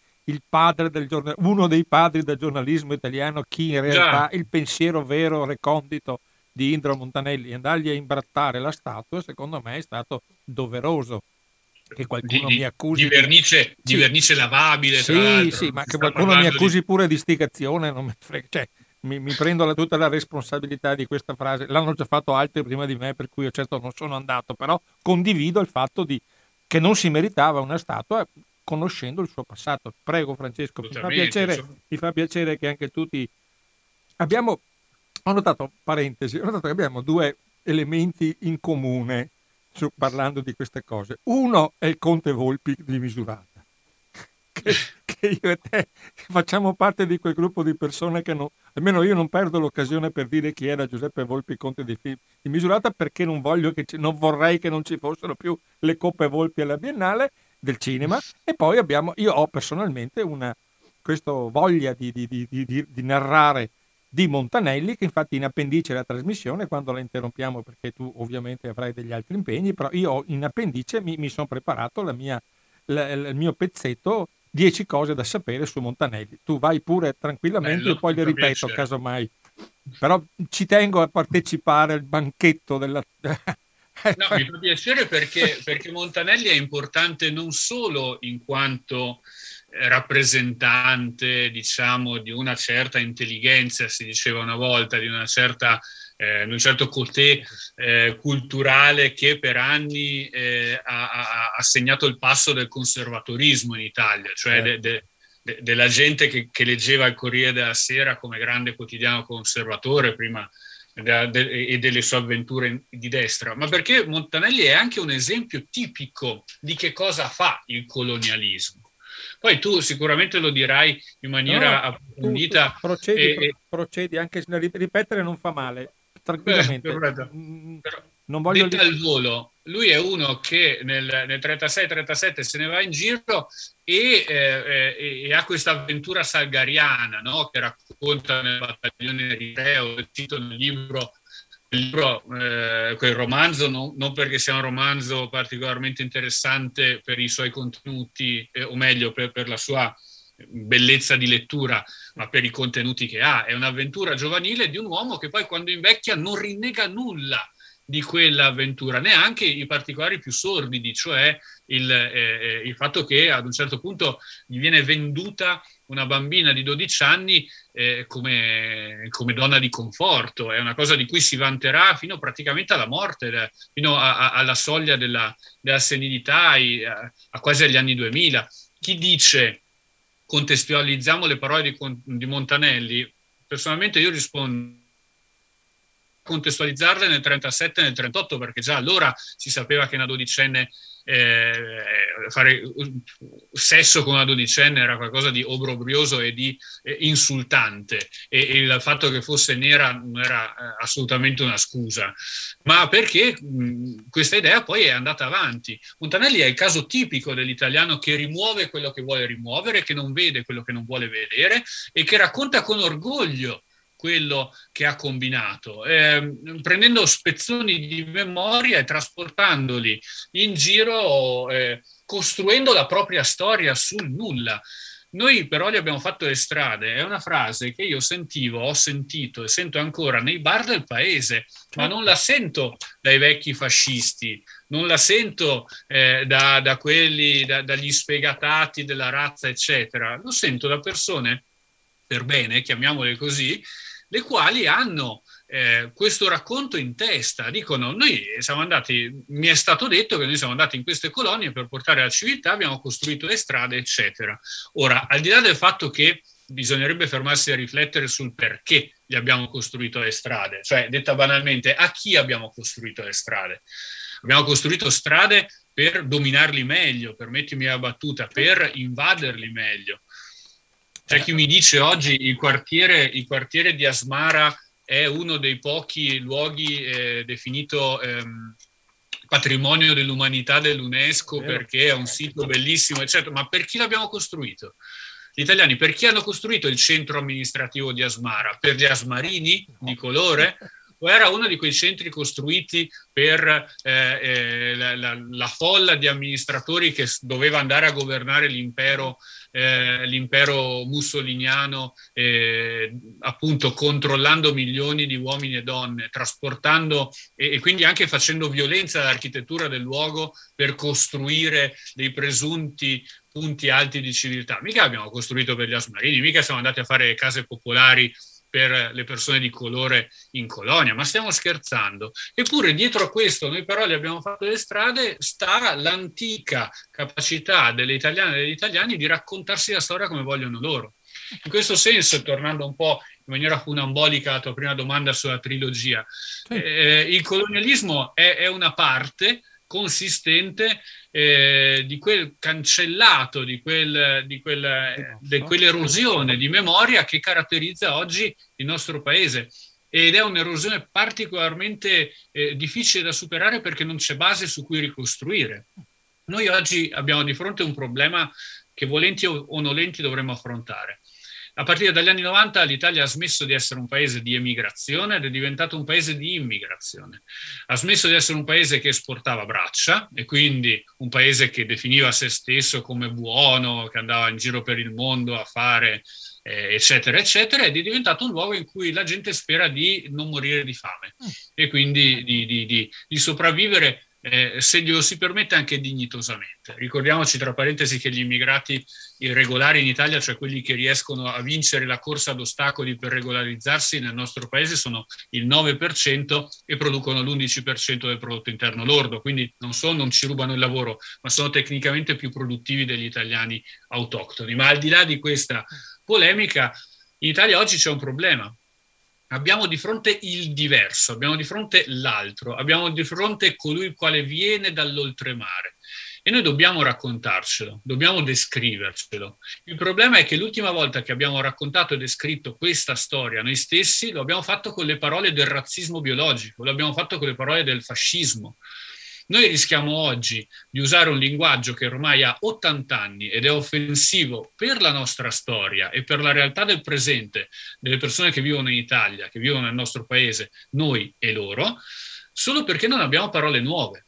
uno dei padri del giornalismo italiano, chi in realtà il pensiero vero, recondito di Indro Montanelli, andargli a imbrattare la statua, secondo me è stato doveroso. Che qualcuno mi accusi di vernice lavabile, tra l'altro. Sì, ma che qualcuno mi accusi pure di istigazione, non mi frega, cioè, mi prendo tutta la responsabilità di questa frase. L'hanno già fatto altri prima di me, per cui io certo non sono andato, però condivido il fatto che non si meritava una statua conoscendo il suo passato. Prego Francesco, mi fa piacere che anche tutti abbiamo, ho notato che abbiamo due elementi in comune parlando di queste cose. Uno è il Conte Volpi di Misurata, che io e te facciamo parte di quel gruppo di persone che almeno io non perdo l'occasione per dire chi era Giuseppe Volpi, Conte di Misurata, perché non vorrei che non ci fossero più le coppe Volpi alla Biennale del cinema. E poi io ho personalmente questa voglia di narrare di Montanelli, che infatti in appendice alla trasmissione, quando la interrompiamo perché tu ovviamente avrai degli altri impegni, però io in appendice mi sono preparato il mio pezzetto 10 cose da sapere su Montanelli. Tu vai pure tranquillamente e poi le ripeto casomai, però ci tengo a partecipare al banchetto della... No, mi fa piacere perché Montanelli è importante non solo in quanto rappresentante, diciamo, di una certa intelligenza, si diceva una volta, di un certo côté culturale che per anni ha segnato il passo del conservatorismo in Italia, cioè della gente che leggeva il Corriere della Sera come grande quotidiano conservatore prima e delle sue avventure di destra, ma perché Montanelli è anche un esempio tipico di che cosa fa il colonialismo. Poi tu sicuramente lo dirai in maniera approfondita. Procedi, anche se ripetere non fa male, tranquillamente. Non voglio al volo, lui è uno che nel 36-37 se ne va in giro e ha questa avventura salgariana, no? Che racconta nel battaglione eritreo, cito nel libro, quel romanzo, non perché sia un romanzo particolarmente interessante per i suoi contenuti, o meglio per la sua bellezza di lettura, ma per i contenuti che ha. È un'avventura giovanile di un uomo che poi quando invecchia non rinnega nulla di quell'avventura, neanche i particolari più sordidi, cioè il fatto che ad un certo punto gli viene venduta una bambina di 12 anni come donna di conforto. È una cosa di cui si vanterà fino praticamente alla morte, fino alla soglia della senilità, a quasi agli anni 2000. Chi dice contestualizziamo le parole di Montanelli, personalmente io rispondo contestualizzarle nel 37 e nel 38, perché già allora si sapeva che una dodicenne fare sesso con una dodicenne era qualcosa di obbrobrioso e di insultante, e il fatto che fosse nera non era assolutamente una scusa, ma perché questa idea poi è andata avanti. Montanelli è il caso tipico dell'italiano che rimuove quello che vuole rimuovere, che non vede quello che non vuole vedere e che racconta con orgoglio quello che ha combinato, prendendo spezzoni di memoria e trasportandoli in giro, costruendo la propria storia sul nulla. Noi però gli abbiamo fatto le strade, è una frase che io ho sentito e sento ancora nei bar del paese, ma non la sento dai vecchi fascisti, non la sento da quelli, dagli sfegatati della razza, eccetera. Lo sento da persone per bene, chiamiamole così, le quali hanno questo racconto in testa. Dicono, noi siamo andati, mi è stato detto che noi siamo andati in queste colonie per portare la civiltà, abbiamo costruito le strade, eccetera. Ora, al di là del fatto che bisognerebbe fermarsi a riflettere sul perché gli abbiamo costruito le strade, cioè, detta banalmente, a chi abbiamo costruito le strade? Abbiamo costruito strade per dominarli meglio, permettimi la battuta, per invaderli meglio. C'è chi mi dice oggi il quartiere di Asmara è uno dei pochi luoghi definito patrimonio dell'umanità dell'UNESCO perché è un sito bellissimo, eccetera. Ma per chi l'abbiamo costruito? Gli italiani, per chi hanno costruito il centro amministrativo di Asmara? Per gli asmarini di colore? O era uno di quei centri costruiti per la folla di amministratori che doveva andare a governare l'impero mussoliniano, appunto controllando milioni di uomini e donne, trasportando e quindi anche facendo violenza all'architettura del luogo per costruire dei presunti punti alti di civiltà. Mica abbiamo costruito per gli asmarini, mica siamo andati a fare case popolari per le persone di colore in colonia, ma stiamo scherzando. Eppure dietro a questo, noi però gli abbiamo fatto le strade, sta l'antica capacità delle italiane e degli italiani di raccontarsi la storia come vogliono loro. In questo senso, tornando un po' in maniera funambolica alla tua prima domanda sulla trilogia, il colonialismo è una parte consistente di quel cancellato, di quell'erosione di memoria che caratterizza oggi il nostro paese. Ed è un'erosione particolarmente difficile da superare perché non c'è base su cui ricostruire. Noi oggi abbiamo di fronte un problema che volenti o nolenti dovremmo affrontare. A partire dagli anni 90 l'Italia ha smesso di essere un paese di emigrazione ed è diventato un paese di immigrazione. Ha smesso di essere un paese che esportava braccia e quindi un paese che definiva se stesso come buono, che andava in giro per il mondo a fare eccetera eccetera, ed è diventato un luogo in cui la gente spera di non morire di fame e quindi di sopravvivere, se glielo si permette, anche dignitosamente. Ricordiamoci tra parentesi che gli immigrati irregolari in Italia, cioè quelli che riescono a vincere la corsa ad ostacoli per regolarizzarsi nel nostro paese, sono il 9% e producono l'11% del prodotto interno lordo, quindi non ci rubano il lavoro, ma sono tecnicamente più produttivi degli italiani autoctoni. Ma al di là di questa polemica, in Italia oggi c'è un problema. Abbiamo di fronte il diverso, abbiamo di fronte l'altro, abbiamo di fronte colui il quale viene dall'oltremare e noi dobbiamo raccontarcelo, dobbiamo descrivercelo. Il problema è che l'ultima volta che abbiamo raccontato e descritto questa storia noi stessi lo abbiamo fatto con le parole del razzismo biologico, lo abbiamo fatto con le parole del fascismo. Noi rischiamo oggi di usare un linguaggio che ormai ha 80 anni ed è offensivo per la nostra storia e per la realtà del presente delle persone che vivono in Italia, che vivono nel nostro paese, noi e loro, solo perché non abbiamo parole nuove.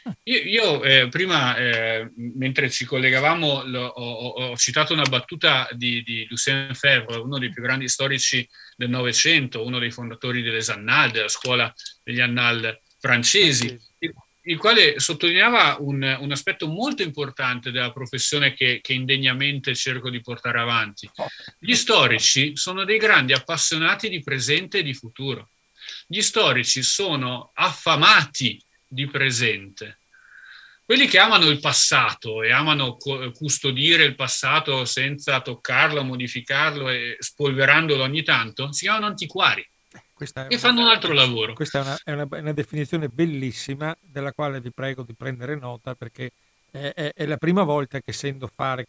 Io prima, mentre ci collegavamo, ho citato una battuta di Lucien Febvre, uno dei più grandi storici del Novecento, uno dei fondatori delle Annales, della scuola degli Annales francesi, il quale sottolineava un aspetto molto importante della professione che indegnamente cerco di portare avanti. Gli storici sono dei grandi appassionati di presente e di futuro. Gli storici sono affamati di presente. Quelli che amano il passato e amano custodire il passato senza toccarlo, modificarlo e spolverandolo ogni tanto, si chiamano antiquari. E fanno un altro lavoro. Questa è una definizione bellissima della quale vi prego di prendere nota, perché è la prima volta che sento fare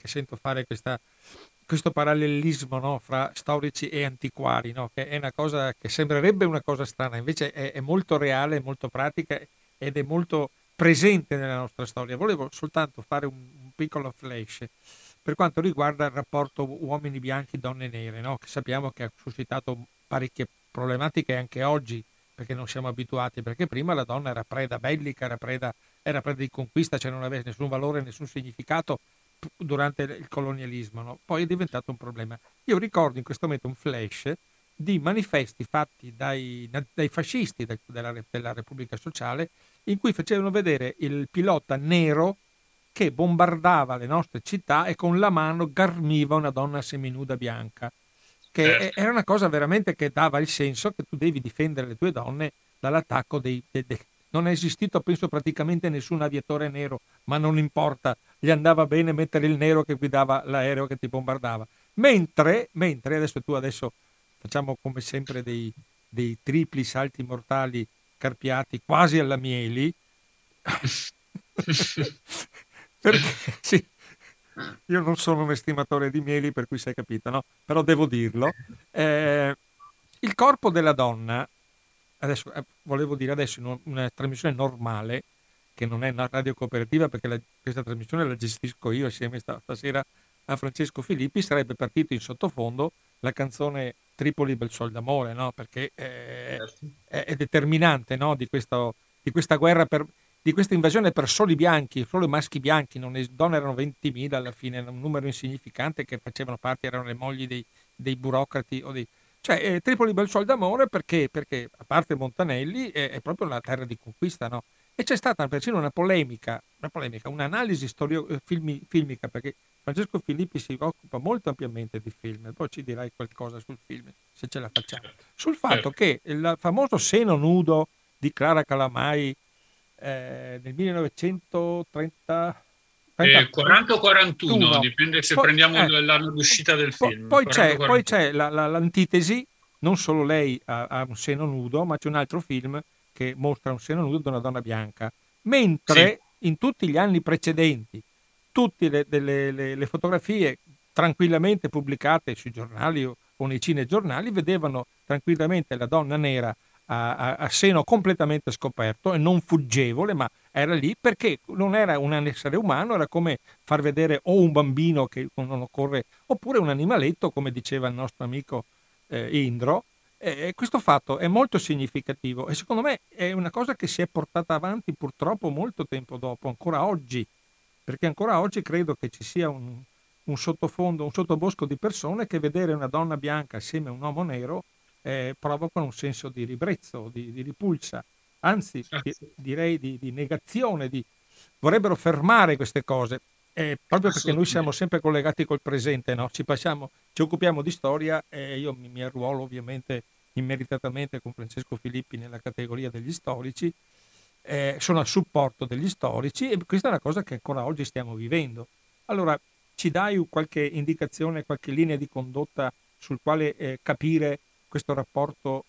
questo parallelismo, no, fra storici e antiquari, no? Che è una cosa che sembrerebbe una cosa strana, invece è molto reale, molto pratica ed è molto presente nella nostra storia. Volevo soltanto fare un piccolo flash per quanto riguarda il rapporto uomini bianchi donne nere, no? Che sappiamo che ha suscitato parecchie problematiche anche oggi, perché non siamo abituati, perché prima la donna era preda bellica, era preda di conquista, cioè non aveva nessun valore, nessun significato durante il colonialismo, no? Poi è diventato un problema. Io ricordo in questo momento un flash di manifesti fatti dai fascisti della Repubblica Sociale, in cui facevano vedere il pilota nero che bombardava le nostre città e con la mano garmiva una donna seminuda bianca, che era una cosa veramente che dava il senso che tu devi difendere le tue donne dall'attacco non è esistito, penso, praticamente nessun aviatore nero, ma non importa, gli andava bene mettere il nero che guidava l'aereo che ti bombardava. Mentre adesso facciamo come sempre dei tripli salti mortali carpiati quasi alla Mieli, perché sì, io non sono un estimatore di mieli, per cui si è capito, no? Però devo dirlo. il corpo della donna, adesso volevo dire adesso in una trasmissione normale, che non è una radio cooperativa, perché questa trasmissione la gestisco io assieme stasera a Francesco Filippi, sarebbe partito in sottofondo la canzone Tripoli bel sol d'amore, no? Perché è determinante, no? di questa guerra, di questa invasione per soli bianchi, solo maschi bianchi, donne erano 20.000 alla fine, era un numero insignificante che facevano parte, erano le mogli dei burocrati cioè Tripoli bel sol d'amore perché a parte Montanelli è proprio la terra di conquista, no? E c'è stata persino una polemica, un'analisi filmica, perché Francesco Filippi si occupa molto ampiamente di film, poi ci dirai qualcosa sul film, se ce la facciamo. Sul fatto che il famoso Seno nudo di Clara Calamai nel 1930... 40 o 41, dipende se prendiamo l'anno d'uscita del film. Poi c'è l'antitesi, non solo lei ha un seno nudo, ma c'è un altro film che mostra un seno nudo di una donna bianca, mentre in tutti gli anni precedenti tutte le fotografie tranquillamente pubblicate sui giornali o nei cinegiornali vedevano tranquillamente la donna nera a seno completamente scoperto e non fuggevole, ma era lì perché non era un essere umano, era come far vedere o un bambino che non corre, oppure un animaletto, come diceva il nostro amico Indro. Questo fatto è molto significativo e secondo me è una cosa che si è portata avanti purtroppo molto tempo dopo, ancora oggi, perché ancora oggi credo che ci sia un sottofondo, un sottobosco di persone che vedere una donna bianca assieme a un uomo nero provocano un senso di ribrezzo, di ripulsa, anzi direi di negazione, vorrebbero fermare queste cose, proprio perché noi siamo sempre collegati col presente, no? Ci occupiamo di storia e io mi arruolo ovviamente immeritatamente con Francesco Filippi nella categoria degli storici, sono al supporto degli storici e questa è una cosa che ancora oggi stiamo vivendo. Allora, ci dai qualche indicazione, qualche linea di condotta sul quale capire questo rapporto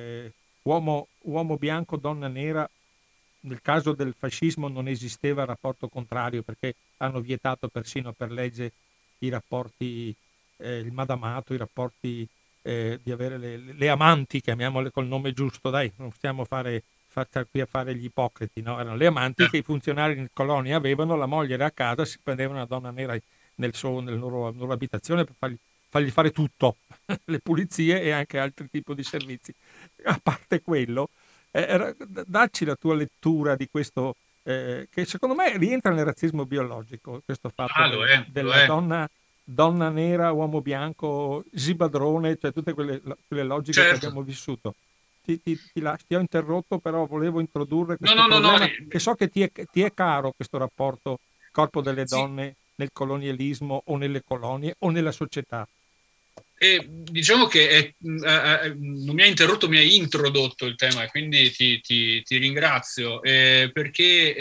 uomo bianco, donna nera? Nel caso del fascismo non esisteva rapporto contrario perché hanno vietato persino per legge i rapporti, il madamato, i rapporti di avere le amanti, chiamiamole col nome giusto, dai, non stiamo qui a fare gli ipocriti, no? Erano le amanti che i funzionari in colonia avevano, la moglie era a casa, si prendevano una donna nera nella loro abitazione per fargli fare tutto, le pulizie e anche altri tipi di servizi. A parte quello, dacci la tua lettura di questo, che secondo me rientra nel razzismo biologico, questo fatto della donna nera, uomo bianco, zibadrone, cioè tutte quelle logiche che abbiamo vissuto. Ti ho interrotto, però volevo introdurre questo problema che so che ti è caro, questo rapporto corpo delle donne nel colonialismo o nelle colonie o nella società. Diciamo che non mi ha interrotto, mi ha introdotto il tema, quindi ti ringrazio perché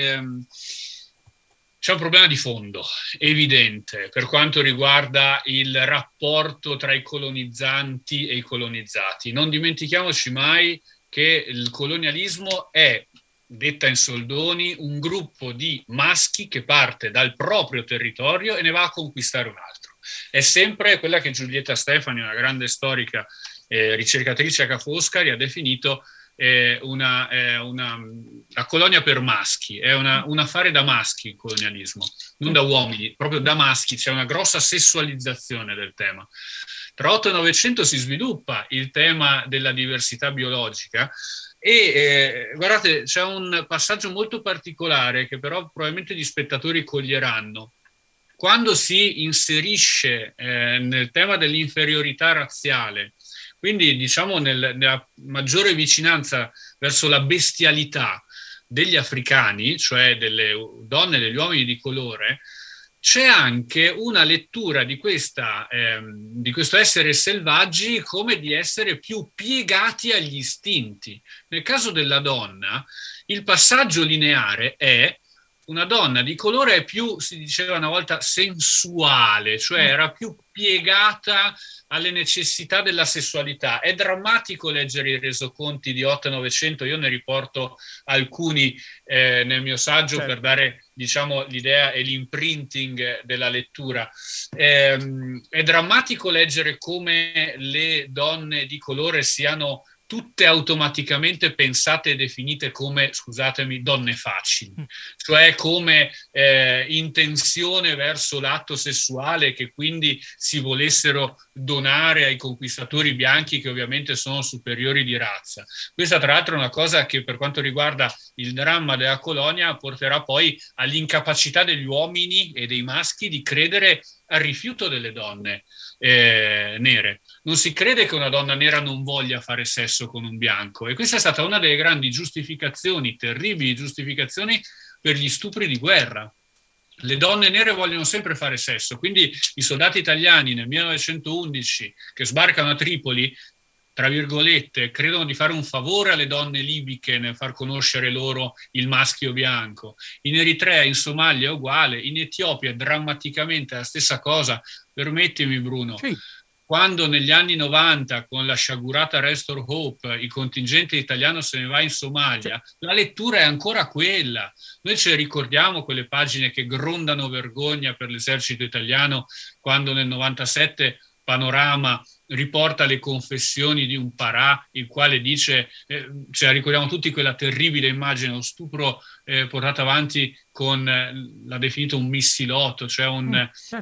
c'è un problema di fondo evidente per quanto riguarda il rapporto tra i colonizzanti e i colonizzati. Non dimentichiamoci mai che il colonialismo è, detta in soldoni, un gruppo di maschi che parte dal proprio territorio e ne va a conquistare un altro. È sempre quella che Giulietta Stefani, una grande storica ricercatrice a Ca' Foscari, ha definito la colonia per maschi. È un affare da maschi il colonialismo, non da uomini, proprio da maschi. C'è una grossa sessualizzazione del tema. Tra 8 e 900 si sviluppa il tema della diversità biologica e guardate, c'è un passaggio molto particolare che però probabilmente gli spettatori coglieranno. Quando si inserisce nel tema dell'inferiorità razziale, quindi diciamo nella maggiore vicinanza verso la bestialità degli africani, cioè delle donne e degli uomini di colore, c'è anche una lettura di questo essere selvaggi come di essere più piegati agli istinti. Nel caso della donna, il passaggio lineare è una donna di colore è più, si diceva una volta, sensuale, cioè era più piegata alle necessità della sessualità. È drammatico leggere i resoconti di 8-900, io ne riporto alcuni nel mio saggio, certo, per dare, diciamo, l'idea e l'imprinting della lettura. È drammatico leggere come le donne di colore siano tutte automaticamente pensate e definite come, scusatemi, donne facili, cioè come intenzione verso l'atto sessuale, che quindi si volessero donare ai conquistatori bianchi, che ovviamente sono superiori di razza. Questa tra l'altro è una cosa che, per quanto riguarda il dramma della colonia, porterà poi all'incapacità degli uomini e dei maschi di credere al rifiuto delle donne nere. Non si crede che una donna nera non voglia fare sesso con un bianco, e questa è stata una delle grandi giustificazioni, terribili giustificazioni, per gli stupri di guerra. Le donne nere vogliono sempre fare sesso, quindi i soldati italiani nel 1911 che sbarcano a Tripoli, tra virgolette, credono di fare un favore alle donne libiche nel far conoscere loro il maschio bianco. In Eritrea, in Somalia è uguale, in Etiopia drammaticamente la stessa cosa. Permettimi, Bruno, sì, quando negli anni 90 con la sciagurata Restore Hope il contingente italiano se ne va in Somalia, la lettura è ancora quella. Noi ce ricordiamo quelle pagine che grondano vergogna per l'esercito italiano quando nel 97 Panorama riporta le confessioni di un parà, il quale dice, cioè ricordiamo tutti quella terribile immagine, lo stupro portato avanti con, l'ha definito un missilotto, cioè un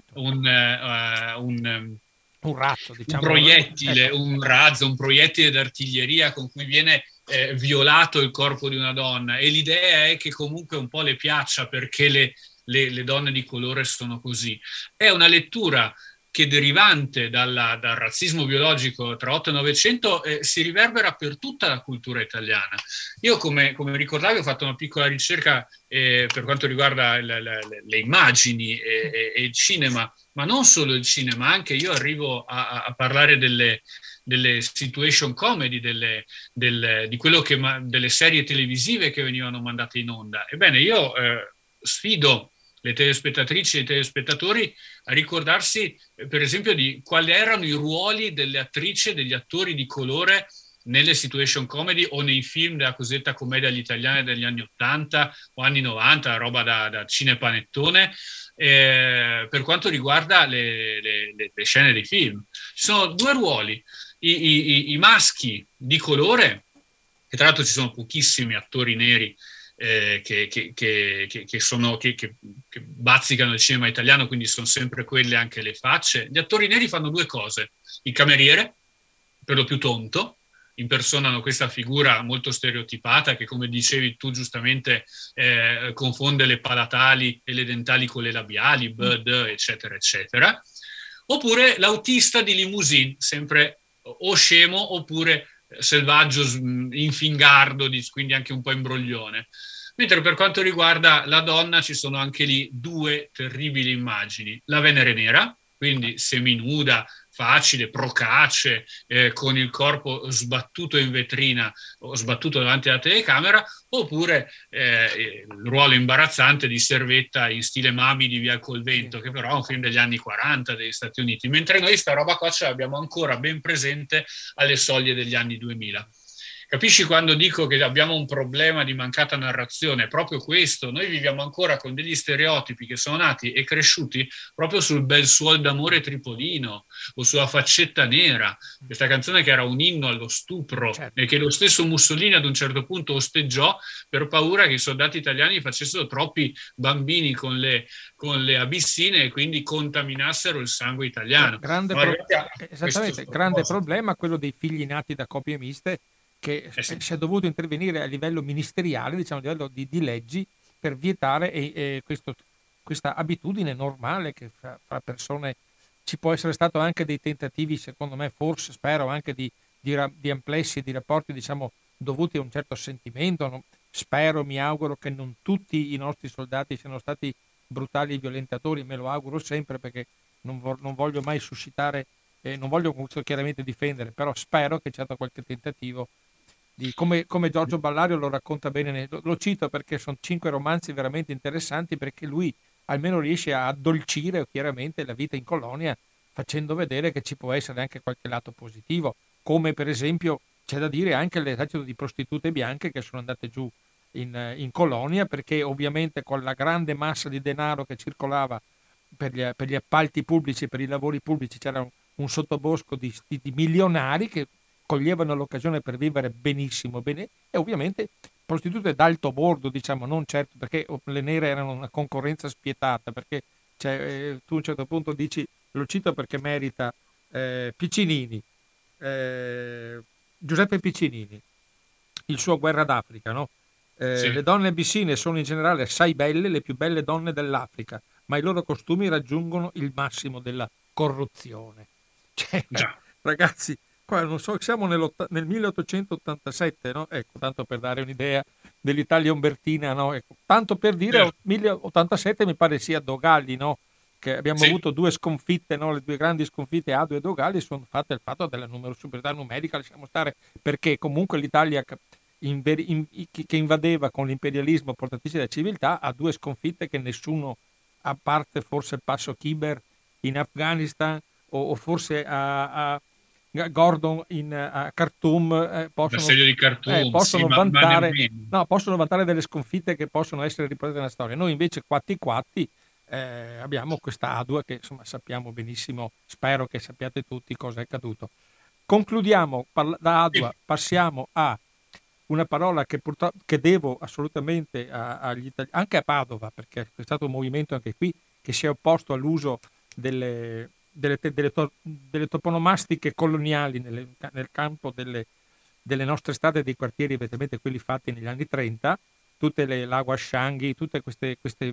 razzo, diciamo, un proiettile, un razzo, un proiettile d'artiglieria con cui viene violato il corpo di una donna, e l'idea è che comunque un po' le piaccia perché le donne di colore sono così. È una lettura che, derivante dal razzismo biologico tra 8 e 900, si riverbera per tutta la cultura italiana. Io, come ricordavi, ho fatto una piccola ricerca per quanto riguarda le immagini e il cinema, ma non solo il cinema, anche io arrivo a parlare delle situation comedy, di quello che delle serie televisive che venivano mandate in onda. Ebbene, io sfido le telespettatrici e i telespettatori a ricordarsi, per esempio, di quali erano i ruoli delle attrici e degli attori di colore nelle situation comedy o nei film della cosiddetta commedia all'italiana degli anni 80 o anni 90, roba da cinepanettone, per quanto riguarda le scene dei film. Ci sono due ruoli: i maschi di colore, che tra l'altro ci sono pochissimi attori neri che bazzicano il cinema italiano, quindi sono sempre quelle anche le facce. Gli attori neri fanno due cose: il cameriere, per lo più tonto, impersonano questa figura molto stereotipata che, come dicevi tu giustamente, confonde le palatali e le dentali con le labiali, Bud, eccetera eccetera. Oppure l'autista di limousine, sempre o scemo oppure selvaggio, infingardo, quindi anche un po' imbroglione. Mentre per quanto riguarda la donna ci sono anche lì due terribili immagini: la Venere nera, quindi seminuda, facile, procace, con il corpo sbattuto in vetrina o sbattuto davanti alla telecamera, oppure il ruolo imbarazzante di Servetta in stile Mami di Via col Vento, che però è un film degli anni 40 degli Stati Uniti, mentre noi sta roba qua ce l'abbiamo ancora ben presente alle soglie degli anni 2000. Capisci quando dico che abbiamo un problema di mancata narrazione? È proprio questo: noi viviamo ancora con degli stereotipi che sono nati e cresciuti proprio sul bel suol d'amore tripolino o sulla Faccetta nera, questa canzone che era un inno allo stupro, certo, e che lo stesso Mussolini ad un certo punto osteggiò per paura che i soldati italiani facessero troppi bambini con le abissine e quindi contaminassero il sangue italiano. Esattamente, grande problema quello dei figli nati da coppie miste, che si è dovuto intervenire a livello ministeriale, diciamo a livello di leggi, per vietare questa abitudine normale che fra persone. Ci può essere stato anche dei tentativi, secondo me, forse, spero, anche di amplessi, di rapporti, diciamo, dovuti a un certo sentimento. No? Spero, mi auguro che non tutti i nostri soldati siano stati brutali e violentatori, me lo auguro sempre, perché non voglio mai suscitare, non voglio chiaramente difendere, però spero che c'è stato qualche tentativo come Giorgio Ballario lo racconta bene. Lo cito perché sono 5 romanzi veramente interessanti, perché lui almeno riesce a addolcire chiaramente la vita in colonia, facendo vedere che ci può essere anche qualche lato positivo, come per esempio c'è da dire anche l'esercito di prostitute bianche che sono andate giù in colonia, perché ovviamente con la grande massa di denaro che circolava per gli appalti pubblici, per i lavori pubblici, c'era un sottobosco di milionari che coglievano l'occasione per vivere benissimo, bene, e ovviamente prostitute d'alto bordo, diciamo, non certo, perché le nere erano una concorrenza spietata, perché tu a un certo punto dici, lo cito perché merita, Piccinini, Giuseppe Piccinini, il suo Guerra d'Africa, no? Sì. Le donne abissine sono in generale assai belle, le più belle donne dell'Africa, ma i loro costumi raggiungono il massimo della corruzione. Cioè, ragazzi, qua non so, siamo nel 1887, no? Ecco, tanto per dare un'idea dell'Italia umbertina, no? Ecco, tanto per dire, 1087 mi pare sia Dogalli, no? Che abbiamo avuto 2 sconfitte, no? Le 2 grandi sconfitte Addo e Dogalli sono fatte il fatto della superiorità numerica, lasciamo stare, perché comunque l'Italia che invadeva con l'imperialismo portatrice della civiltà ha 2 sconfitte che nessuno, a parte forse il passo Kiber in Afghanistan o forse a Gordon a Khartoum, possono vantare, possono vantare delle sconfitte che possono essere riportate nella storia. Noi invece quatti abbiamo questa Adua che insomma sappiamo benissimo, spero che sappiate tutti cosa è accaduto. Concludiamo da Adua, passiamo a una parola che purtroppo che devo assolutamente agli italiani, anche a Padova, perché c'è stato un movimento anche qui che si è opposto all'uso delle toponomastiche coloniali nel campo delle nostre strade e dei quartieri, evidentemente quelli fatti negli anni 30, tutte le Lago Ascianghi, tutte queste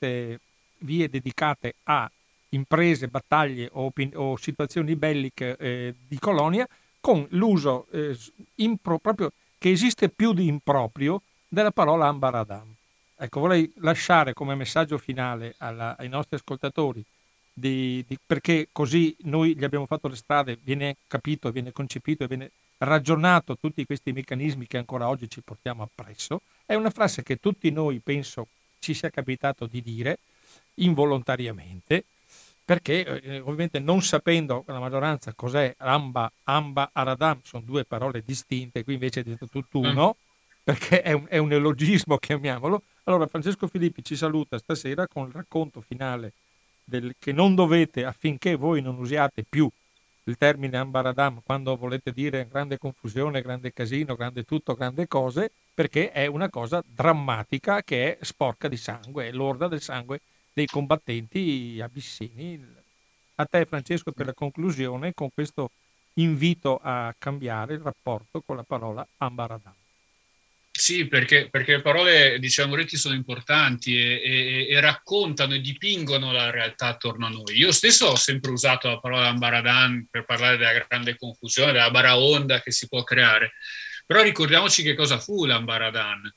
vie dedicate a imprese, battaglie o situazioni belliche di colonia, con l'uso proprio che esiste più di improprio della parola ambaradam. Ecco, vorrei lasciare come messaggio finale ai nostri ascoltatori, perché così noi gli abbiamo fatto le strade, viene capito, viene concepito e viene ragionato tutti questi meccanismi che ancora oggi ci portiamo appresso. È una frase che tutti noi penso ci sia capitato di dire involontariamente, perché ovviamente non sapendo la maggioranza cos'è Amba, Aradam, sono 2 parole distinte, qui invece è diventato tutt'uno, perché è un neologismo, chiamiamolo. Allora Francesco Filippi ci saluta stasera con il racconto finale che non dovete, affinché voi non usiate più il termine ambaradam quando volete dire grande confusione, grande casino, grande tutto, grande cose, perché è una cosa drammatica che è sporca di sangue, è l'orda del sangue dei combattenti abissini. A te Francesco per la conclusione con questo invito a cambiare il rapporto con la parola ambaradam. Sì, perché le parole, diciamo, Moretti sono importanti e raccontano e dipingono la realtà attorno a noi. Io stesso ho sempre usato la parola ambaradan per parlare della grande confusione, della baraonda che si può creare. Però ricordiamoci che cosa fu l'ambaradan.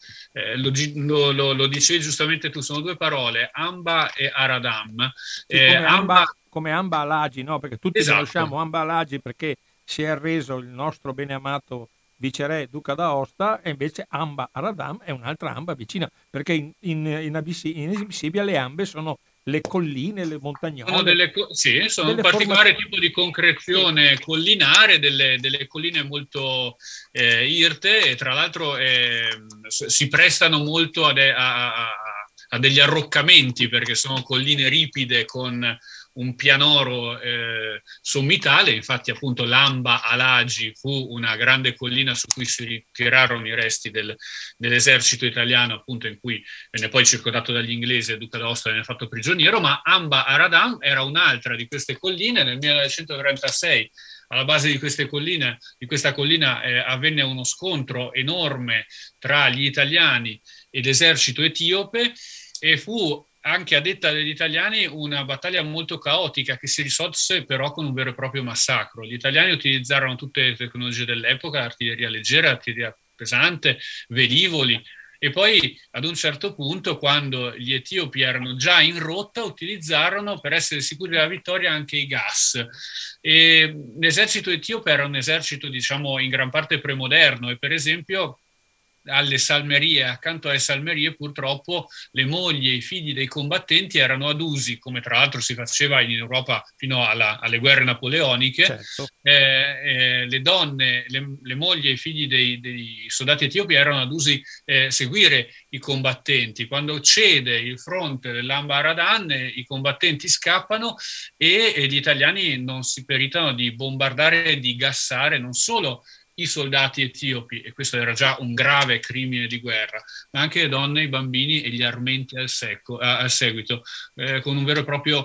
Lo dicevi giustamente tu, sono 2 parole, amba e aradam. Come Amba Alagi, no? Perché tutti conosciamo Amba Alagi perché si è arreso il nostro beneamato viceré duca d'Aosta, e invece Amba Aradam è un'altra Amba vicina, perché in Abissinia le Ambe sono le colline, le montagnole. Sono un particolare tipo di concrezione collinare, delle colline molto irte, e tra l'altro si prestano molto a degli arroccamenti, perché sono colline ripide con un pianoro sommitale. Infatti appunto l'Amba Alagi fu una grande collina su cui si ritirarono i resti dell'esercito italiano, appunto, in cui venne poi circondato dagli inglesi e il Duca d'Aosta venne fatto prigioniero. Ma Amba Aradam era un'altra di queste colline. Nel 1936 alla base di questa collina avvenne uno scontro enorme tra gli italiani e l'esercito etiope, e fu anche a detta degli italiani una battaglia molto caotica che si risolse però con un vero e proprio massacro. Gli italiani utilizzarono tutte le tecnologie dell'epoca, artiglieria leggera, artiglieria pesante, velivoli, E poi ad un certo punto, quando gli etiopi erano già in rotta, utilizzarono per essere sicuri della vittoria anche i gas. E l'esercito etiope era un esercito, diciamo, in gran parte premoderno e per esempio alle salmerie, accanto alle salmerie purtroppo le mogli e i figli dei combattenti erano adusi, come tra l'altro si faceva in Europa fino alle guerre napoleoniche. Certo. Le donne, le mogli e i figli dei soldati etiopi erano adusi seguire i combattenti. Quando cede il fronte dell'Ambaradan, i combattenti scappano e gli italiani non si peritano di bombardare e di gassare non solo i soldati etiopi, e questo era già un grave crimine di guerra, ma anche le donne, i bambini e gli armenti al seguito, con un vero e proprio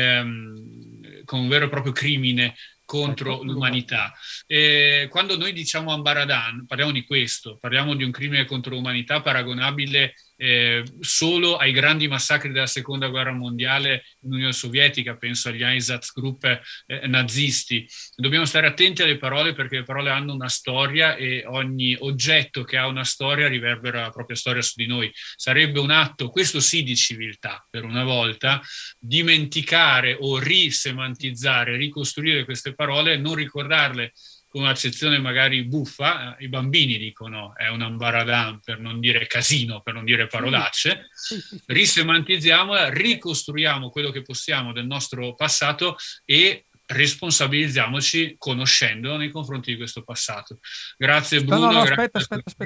crimine contro l'umanità. Quando noi diciamo Ambaradan, parliamo di questo, parliamo di un crimine contro l'umanità paragonabile solo ai grandi massacri della seconda guerra mondiale in Unione Sovietica, penso agli Einsatzgruppe nazisti. Dobbiamo stare attenti alle parole perché le parole hanno una storia e ogni oggetto che ha una storia riverbera la propria storia su di noi. Sarebbe un atto, questo sì, di civiltà per una volta, dimenticare o risemantizzare, ricostruire queste parole, non ricordarle con un'accezione magari buffa. I bambini dicono è un Ambaradan, per non dire casino, per non dire parolacce. Sì. Risemantizziamola, ricostruiamo quello che possiamo del nostro passato e responsabilizziamoci conoscendolo nei confronti di questo passato. Grazie Bruno. No, aspetta,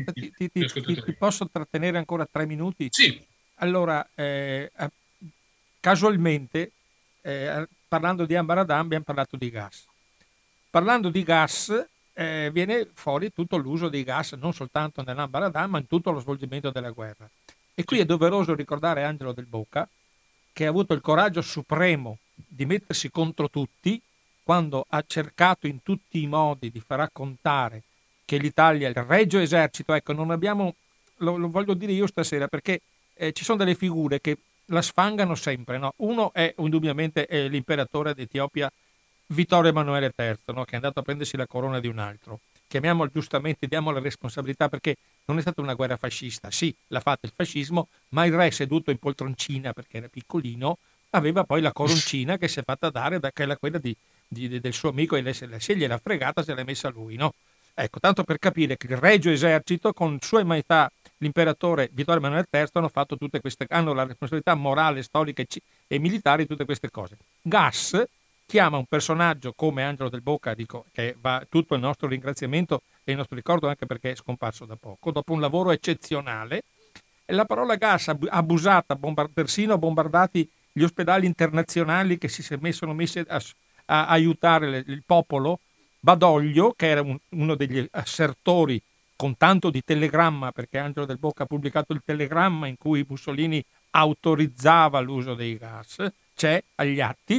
ti posso trattenere ancora 3 minuti? Sì. Allora, casualmente, parlando di Ambaradan abbiamo parlato di gas. Parlando di gas, viene fuori tutto l'uso dei gas, non soltanto nell'Ambaradan, ma in tutto lo svolgimento della guerra. E qui è doveroso ricordare Angelo Del Boca, che ha avuto il coraggio supremo di mettersi contro tutti, quando ha cercato in tutti i modi di far raccontare che l'Italia, il Regio Esercito, ecco, non abbiamo, lo voglio dire io stasera, perché ci sono delle figure che la sfangano sempre, no? Uno è indubbiamente l'imperatore d'Etiopia, Vittorio Emanuele III, no? Che è andato a prendersi la corona di un altro. Chiamiamolo giustamente, diamo la responsabilità, perché non è stata una guerra fascista. Sì, l'ha fatta il fascismo, ma il re seduto in poltroncina, perché era piccolino, aveva poi la coroncina che si è fatta dare, che era quella del suo amico, e se gliel'ha fregata, se l'ha messa lui, no? Ecco, tanto per capire che il Regio Esercito, con Sua Maestà l'imperatore Vittorio Emanuele III, hanno fatto tutte queste, hanno la responsabilità morale, storica e militare di tutte queste cose. Gas chiama un personaggio come Angelo Del Boca, dico, che va tutto il nostro ringraziamento e il nostro ricordo, anche perché è scomparso da poco, dopo un lavoro eccezionale. E la parola gas abusata, persino bombardati gli ospedali internazionali che si sono messi a aiutare il popolo. Badoglio, che era uno degli assertori con tanto di telegramma, perché Angelo Del Boca ha pubblicato il telegramma in cui Mussolini autorizzava l'uso dei gas, c'è agli atti,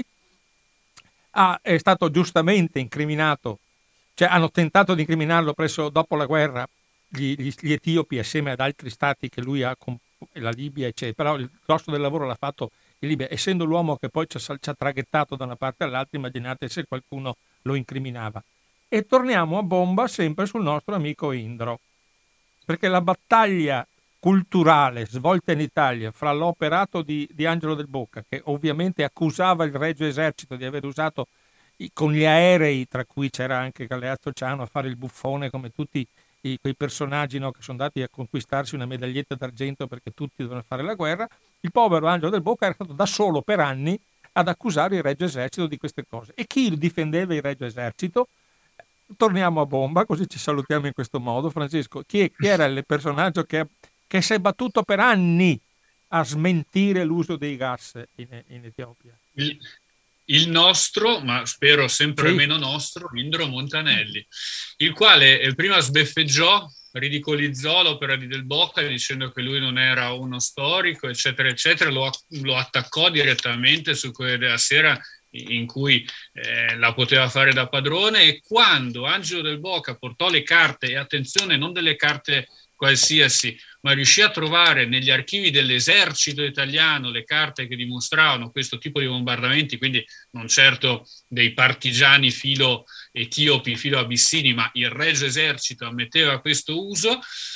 è stato giustamente incriminato, cioè hanno tentato di incriminarlo dopo la guerra gli etiopi assieme ad altri stati che lui ha, la Libia, eccetera, però il grosso del lavoro l'ha fatto in Libia, essendo l'uomo che poi ci ha traghettato da una parte all'altra. Immaginate se qualcuno lo incriminava. E torniamo a bomba sempre sul nostro amico Indro, perché la battaglia culturale svolta in Italia fra l'operato di Angelo Del Boca, che ovviamente accusava il Regio Esercito di aver usato con gli aerei, tra cui c'era anche Galeazzo Ciano, a fare il buffone come tutti quei personaggi, no, che sono andati a conquistarsi una medaglietta d'argento perché tutti dovevano fare la guerra. Il povero Angelo Del Boca era stato da solo per anni ad accusare il Regio Esercito di queste cose. E chi difendeva il Regio Esercito? Torniamo a bomba, così ci salutiamo in questo modo. Francesco, chi era il personaggio che si è battuto per anni a smentire l'uso dei gas in Etiopia? Il nostro, ma spero sempre meno nostro, Indro Montanelli, il quale prima sbeffeggiò, ridicolizzò l'opera di Del Boca dicendo che lui non era uno storico, eccetera, eccetera, lo attaccò direttamente su Corriere della Sera, in cui la poteva fare da padrone. E quando Angelo Del Boca portò le carte, e attenzione, non delle carte qualsiasi, ma riuscì a trovare negli archivi dell'esercito italiano le carte che dimostravano questo tipo di bombardamenti, quindi non certo dei partigiani filo etiopi, filo abissini, ma il Regio Esercito ammetteva questo uso,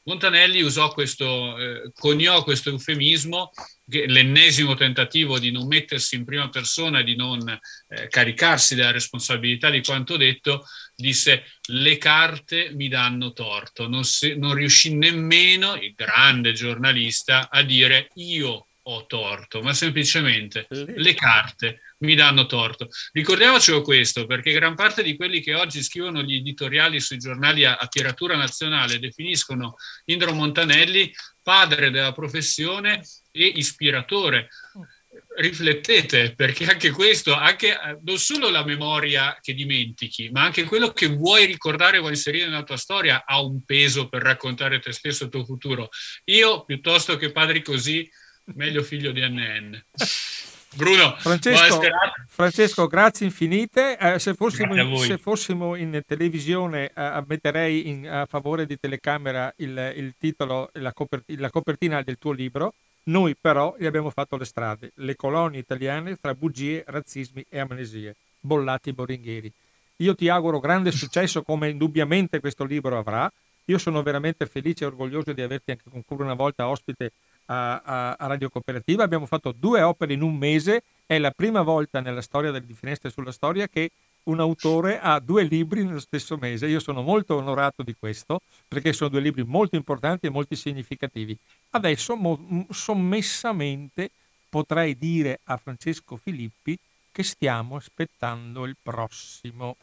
Montanelli coniò questo eufemismo, l'ennesimo tentativo di non mettersi in prima persona e di non caricarsi della responsabilità di quanto detto. Disse: le carte mi danno torto. Non riuscì nemmeno il grande giornalista a dire io ho torto, ma semplicemente le carte mi danno torto. Ricordiamocelo questo, perché gran parte di quelli che oggi scrivono gli editoriali sui giornali a tiratura nazionale definiscono Indro Montanelli padre della professione e ispiratore. Riflettete, perché anche questo, non solo la memoria che dimentichi, ma anche quello che vuoi ricordare, vuoi inserire nella tua storia, ha un peso per raccontare te stesso e il tuo futuro. Io, piuttosto che padri così, meglio figlio di NN. Bruno, Francesco, grazie infinite. Se fossimo in televisione, metterei a favore di telecamera il titolo, la copertina del tuo libro. Noi però gli abbiamo fatto le strade, le colonie italiane tra bugie, razzismi e amnesie, Bollati Boringhieri. Io ti auguro grande successo, come indubbiamente questo libro avrà. Io sono veramente felice e orgoglioso di averti anche ancora una volta ospite a Radio Cooperativa. Abbiamo fatto 2 opere in un mese. È la prima volta nella storia di Finestre sulla Storia che un autore ha 2 libri nello stesso mese. Io sono molto onorato di questo, perché sono 2 libri molto importanti e molto significativi. Adesso sommessamente potrei dire a Francesco Filippi che stiamo aspettando il prossimo.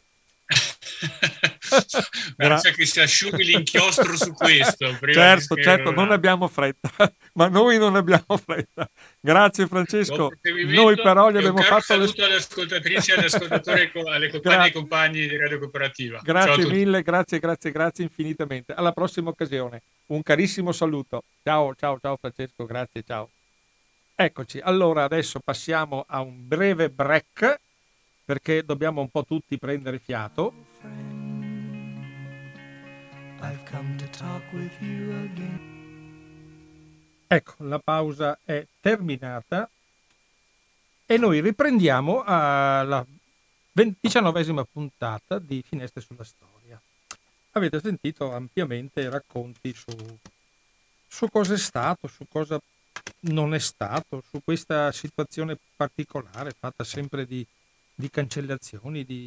Grazie che si asciughi l'inchiostro su questo. Certo, non abbiamo fretta, ma noi non abbiamo fretta. Grazie Francesco. Noi però gli abbiamo fatto saluto alle ascoltatrici e agli ascoltatori, alle compagne e compagni di Radio Cooperativa. Grazie mille, grazie infinitamente. Alla prossima occasione. Un carissimo saluto. Ciao Francesco, grazie, ciao. Eccoci, allora adesso passiamo a un breve break, perché dobbiamo un po' tutti prendere fiato. Ecco, la pausa è terminata e noi riprendiamo alla 19ª puntata di Finestre sulla Storia. Avete sentito ampiamente racconti su cosa è stato, su cosa non è stato, su questa situazione particolare fatta sempre di cancellazioni, di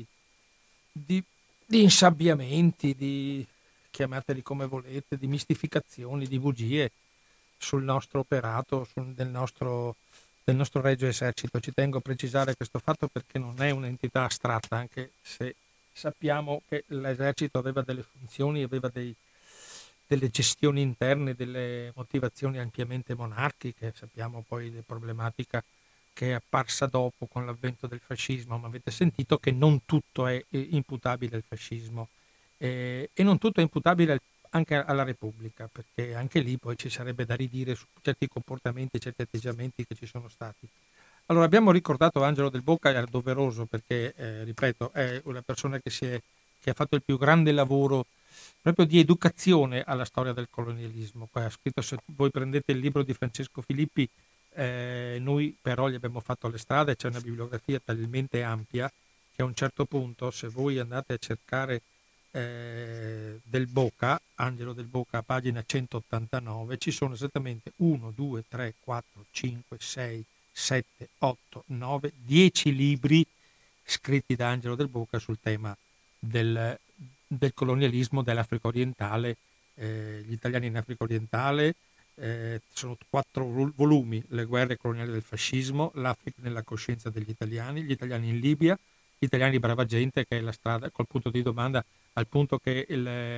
insabbiamenti, chiamateli come volete, di mistificazioni, di bugie sul nostro operato, del nostro Regio Esercito. Ci tengo a precisare questo fatto perché non è un'entità astratta, anche se sappiamo che l'esercito aveva delle funzioni, aveva delle gestioni interne, delle motivazioni ampiamente monarchiche. Sappiamo poi la problematica che è apparsa dopo con l'avvento del fascismo, ma avete sentito che non tutto è imputabile al fascismo e non tutto è imputabile anche alla Repubblica, perché anche lì poi ci sarebbe da ridire su certi comportamenti, certi atteggiamenti che ci sono stati. Allora, abbiamo ricordato Angelo Del Bocca, era doveroso perché, ripeto, è una persona che ha fatto il più grande lavoro proprio di educazione alla storia del colonialismo. Poi ha scritto, se voi prendete il libro di Francesco Filippi, noi però gli abbiamo fatto le strade, c'è una bibliografia talmente ampia che a un certo punto, se voi andate a cercare Del Bocca, Angelo Del Bocca, a pagina 189, ci sono esattamente 1, 2, 3, 4, 5, 6, 7, 8, 9, 10 libri scritti da Angelo Del Bocca sul tema del colonialismo dell'Africa orientale, gli italiani in Africa orientale. Sono 4 volumi: le guerre coloniali del fascismo, l'Africa nella coscienza degli italiani, gli italiani in Libia, gli italiani brava gente, che è la strada col punto di domanda, al punto che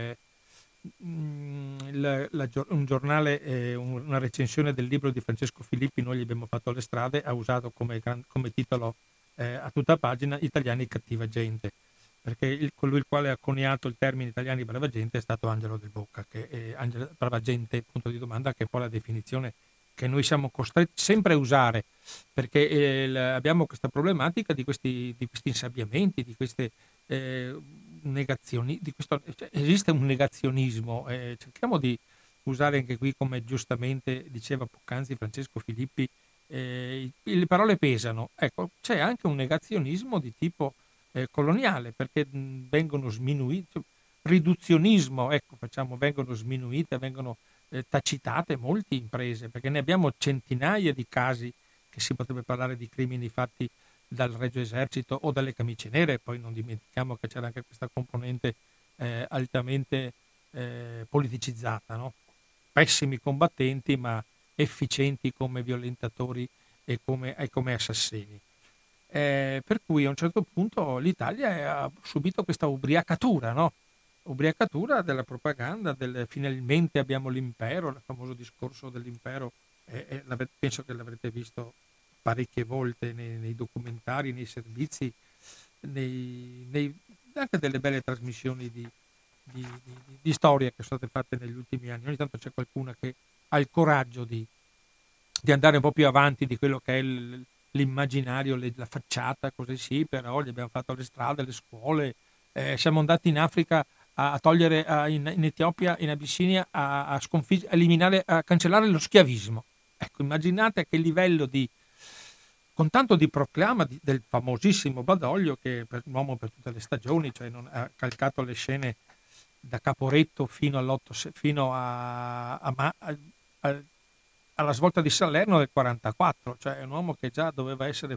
un giornale, una recensione del libro di Francesco Filippi, noi gli abbiamo fatto le strade, ha usato come titolo a tutta pagina "Italiani cattiva gente", perché colui il quale ha coniato il termine "italiani brava gente" è stato Angelo Del Bocca, che è brava gente, punto di domanda, che è poi la definizione che noi siamo costretti sempre a usare, perché abbiamo questa problematica di questi insabbiamenti, di queste negazioni, esiste un negazionismo, cerchiamo di usare anche qui, come giustamente diceva poc'anzi Francesco Filippi, le parole pesano. Ecco, c'è anche un negazionismo di tipo coloniale, perché vengono sminuiti. riduzionismo, ecco, vengono sminuite, vengono tacitate molte imprese, perché ne abbiamo centinaia di casi che si potrebbe parlare di crimini fatti dal Regio Esercito o dalle camicie nere. Poi non dimentichiamo che c'era anche questa componente altamente politicizzata, no? Pessimi combattenti ma efficienti come violentatori e come assassini. Per cui a un certo punto l'Italia ha subito questa ubriacatura, no? Ubriacatura della propaganda, finalmente abbiamo l'impero, il famoso discorso dell'impero, penso che l'avrete visto parecchie volte nei documentari, nei servizi, anche delle belle trasmissioni di storia che sono state fatte negli ultimi anni. Ogni tanto c'è qualcuno che ha il coraggio di andare un po' più avanti di quello che è l'immaginario, la facciata, così sì, però gli abbiamo fatto le strade, le scuole, siamo andati in Africa a togliere, in Etiopia, in Abissinia, a eliminare, a cancellare lo schiavismo. Ecco, immaginate a che livello con tanto di proclama del famosissimo Badoglio, che è l'uomo per tutte le stagioni, cioè non ha calcato le scene da Caporetto fino alla svolta di Salerno del 44, cioè è un uomo che già doveva essere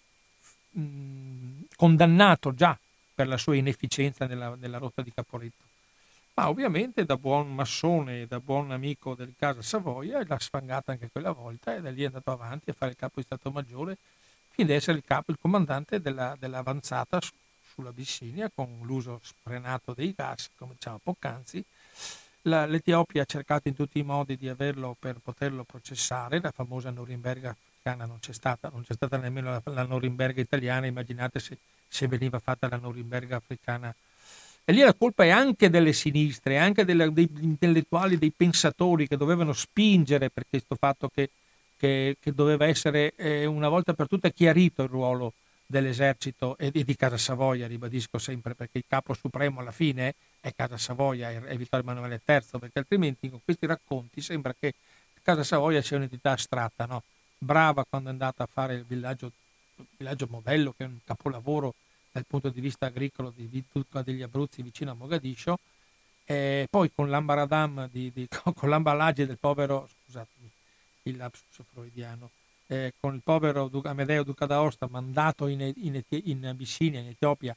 condannato già per la sua inefficienza nella rotta di Caporetto. Ma ovviamente da buon massone e da buon amico del Casa Savoia l'ha sfangata anche quella volta, e da lì è andato avanti a fare il capo di Stato Maggiore fino ad essere il comandante dell'avanzata sull'Abissinia, con l'uso sfrenato dei gas, come diciamo poc'anzi. L'Etiopia ha cercato in tutti i modi di averlo per poterlo processare. La famosa Norimberga africana non c'è stata nemmeno la Norimberga italiana. Immaginate se veniva fatta la Norimberga africana. E lì la colpa è anche delle sinistre, anche degli intellettuali, dei pensatori che dovevano spingere per questo fatto che doveva essere una volta per tutte chiarito il ruolo dell'esercito e di Casa Savoia, ribadisco sempre, perché il capo supremo alla fine è Casa Savoia, è Vittorio Emanuele III, perché altrimenti con questi racconti sembra che Casa Savoia sia un'entità astratta, no? Brava quando è andata a fare il villaggio modello, che è un capolavoro dal punto di vista agricolo di Vittuca degli Abruzzi, vicino a Mogadiscio, poi con l'ambaradam con l'amballagge del povero, scusatemi il lapsus freudiano, con il povero Amedeo Duca d'Aosta, mandato in Abissinia, in Etiopia,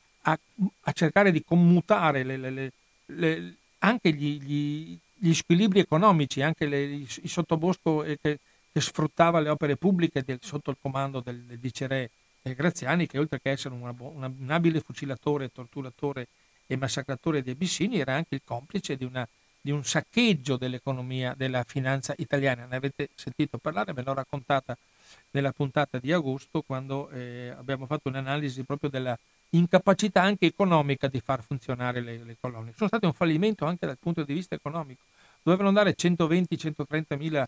a cercare di commutare anche gli squilibri economici, anche il sottobosco che sfruttava le opere pubbliche sotto il comando del viceré Graziani, che oltre che essere un abile fucilatore, torturatore e massacratore di Abissinia, era anche il complice di un saccheggio dell'economia, della finanza italiana. Ne avete sentito parlare, ve l'ho raccontata nella puntata di agosto, quando abbiamo fatto un'analisi proprio della incapacità anche economica di far funzionare le colonie. Sono state un fallimento anche dal punto di vista economico. Dovevano andare 120-130 mila,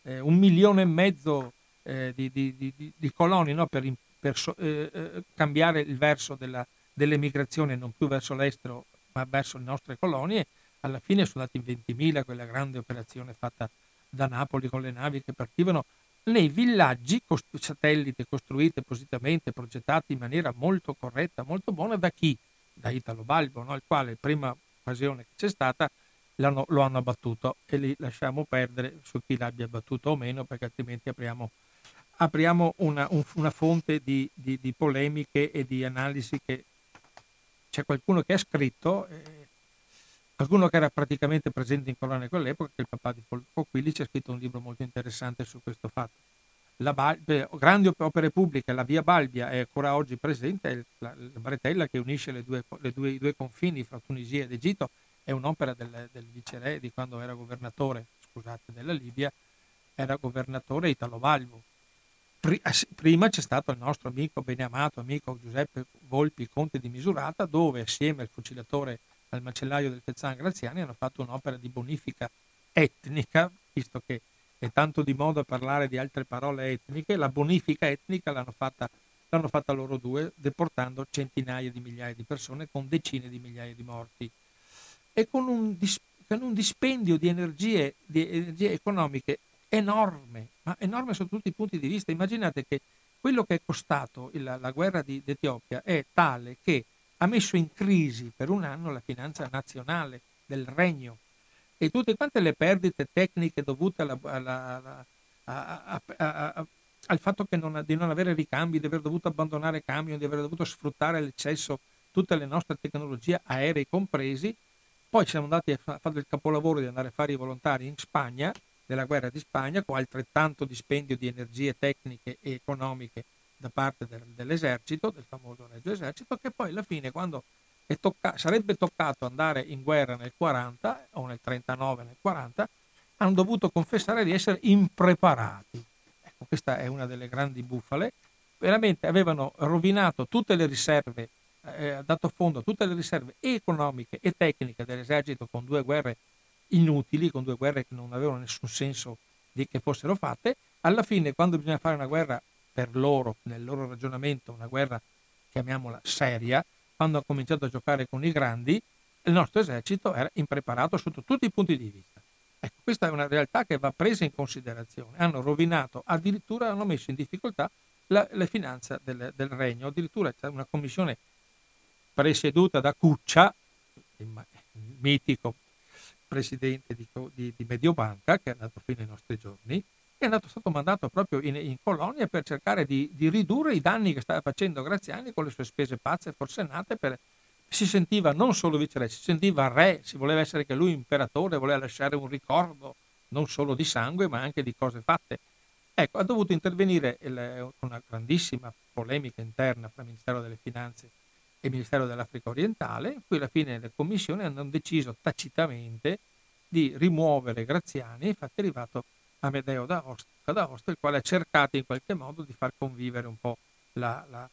1,5 milioni di coloni, no? per cambiare il verso dell'emigrazione, non più verso l'estero ma verso le nostre colonie. Alla fine sono andati in 20.000, quella grande operazione fatta da Napoli con le navi che partivano nei villaggi satellite costruiti appositamente, progettati in maniera molto corretta, molto buona. Da chi? Da Italo Balbo, no? Il quale, prima occasione che c'è stata, lo hanno abbattuto, e li lasciamo perdere su chi l'abbia abbattuto o meno, perché altrimenti apriamo una fonte di polemiche e di analisi, che c'è qualcuno che ha scritto, qualcuno che era praticamente presente in Colonia quell'epoca, che è il papà di Folco Quilici, ha scritto un libro molto interessante su questo fatto. Grandi opere pubbliche, la via Balbia è ancora oggi presente, è la bretella che unisce i due confini fra Tunisia ed Egitto, è un'opera del viceré di quando era governatore, della Libia, era governatore Italo Balbo. Prima c'è stato il nostro amico, beneamato amico Giuseppe Volpi, conte di Misurata, dove assieme al fucilatore, al macellaio del Fezzan Graziani, hanno fatto un'opera di bonifica etnica, visto che è tanto di moda parlare di altre parole etniche. La bonifica etnica l'hanno fatta loro due, deportando centinaia di migliaia di persone con decine di migliaia di morti, e con un dispendio di energie economiche enorme, ma enorme sotto tutti i punti di vista. Immaginate che quello che è costato la guerra d'Etiopia è tale che ha messo in crisi per un anno la finanza nazionale del regno, e tutte quante le perdite tecniche dovute al fatto che di non avere ricambi, di aver dovuto abbandonare camion, di aver dovuto sfruttare all'eccesso tutte le nostre tecnologie, aerei compresi. Poi siamo andati a fare il capolavoro di andare a fare i volontari in Spagna, nella guerra di Spagna, con altrettanto dispendio di energie tecniche e economiche da parte dell'esercito, del famoso Regio Esercito, che poi alla fine, quando sarebbe toccato andare in guerra nel 40 o nel 39, nel 40, hanno dovuto confessare di essere impreparati. Ecco, questa è una delle grandi bufale. Veramente avevano rovinato tutte le riserve, dato fondo a tutte le riserve economiche e tecniche dell'esercito, con due guerre inutili, con due guerre che non avevano nessun senso di che fossero fatte. Alla fine, quando bisogna fare una guerra per loro, nel loro ragionamento, una guerra, chiamiamola seria, quando ha cominciato a giocare con i grandi, il nostro esercito era impreparato sotto tutti i punti di vista. Ecco, questa è una realtà che va presa in considerazione. Hanno rovinato, addirittura hanno messo in difficoltà le finanze del regno. Addirittura c'è una commissione presieduta da Cuccia, il mitico presidente di Mediobanca, che è andato fino ai nostri giorni, è stato mandato proprio in colonia per cercare di ridurre i danni che stava facendo Graziani con le sue spese pazze e forsennate. Si sentiva non solo viceré, si sentiva re, si voleva essere che lui imperatore, voleva lasciare un ricordo non solo di sangue ma anche di cose fatte. Ecco, ha dovuto intervenire con una grandissima polemica interna tra il Ministero delle Finanze e il Ministero dell'Africa Orientale, in cui alla fine le commissioni hanno deciso tacitamente di rimuovere Graziani. Infatti è arrivato Amedeo d'Aosta, il quale ha cercato in qualche modo di far convivere un po' la